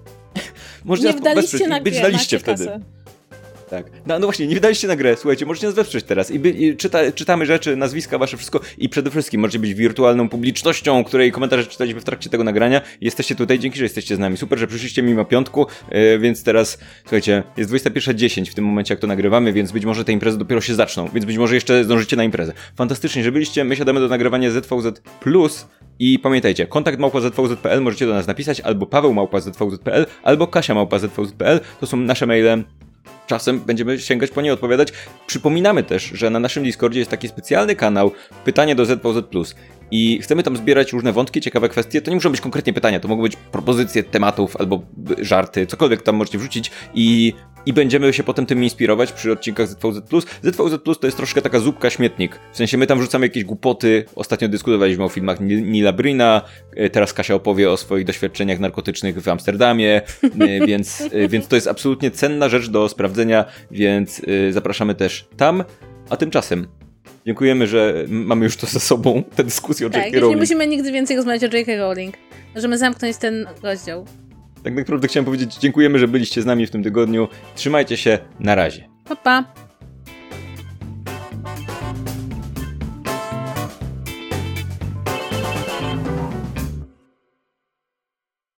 Możecie nie nas wdaliście wesprzeć na i być na liście wtedy. Kasę. Tak. No, no właśnie, nie wydaliście na grę, słuchajcie, możecie nas wesprzeć teraz i, by, i czyta, czytamy rzeczy, nazwiska wasze, wszystko i przede wszystkim możecie być wirtualną publicznością, której komentarze czytaliśmy w trakcie tego nagrania. Jesteście tutaj, dzięki, że jesteście z nami. Super, że przyszliście mimo piątku, yy, więc teraz, słuchajcie, jest dwudziesta pierwsza dziesięć w tym momencie, jak to nagrywamy, więc być może te imprezy dopiero się zaczną, więc być może jeszcze zdążycie na imprezę. Fantastycznie, że byliście, my siadamy do nagrywania Z V Z plus i pamiętajcie, kontakt małpa zwz kropka p l możecie do nas napisać, albo paweł małpa zwz kropka p l, albo kasia małpa zwz kropka p l, to są nasze maile. Czasem będziemy sięgać po nie odpowiadać. Przypominamy też, że na naszym Discordzie jest taki specjalny kanał Pytanie do Z V Z plus i chcemy tam zbierać różne wątki, ciekawe kwestie. To nie muszą być konkretnie pytania, to mogą być propozycje tematów albo żarty, cokolwiek tam możecie wrzucić i, i będziemy się potem tym inspirować przy odcinkach Z V Z plus. Z V Z plus to jest troszkę taka zupka śmietnik. W sensie my tam wrzucamy jakieś głupoty. Ostatnio dyskutowaliśmy o filmach Nila Brina, teraz Kasia opowie o swoich doświadczeniach narkotycznych w Amsterdamie, więc, więc to jest absolutnie cenna rzecz do sprawdzenia, więc zapraszamy też tam. A tymczasem dziękujemy, że mamy już to ze sobą, tę dyskusję o J K. Tak, Rowling. nie musimy nigdy więcej rozmawiać o J K. Rowling. Możemy zamknąć ten rozdział. Tak naprawdę chciałem powiedzieć, dziękujemy, że byliście z nami w tym tygodniu. Trzymajcie się, na razie. Pa, pa.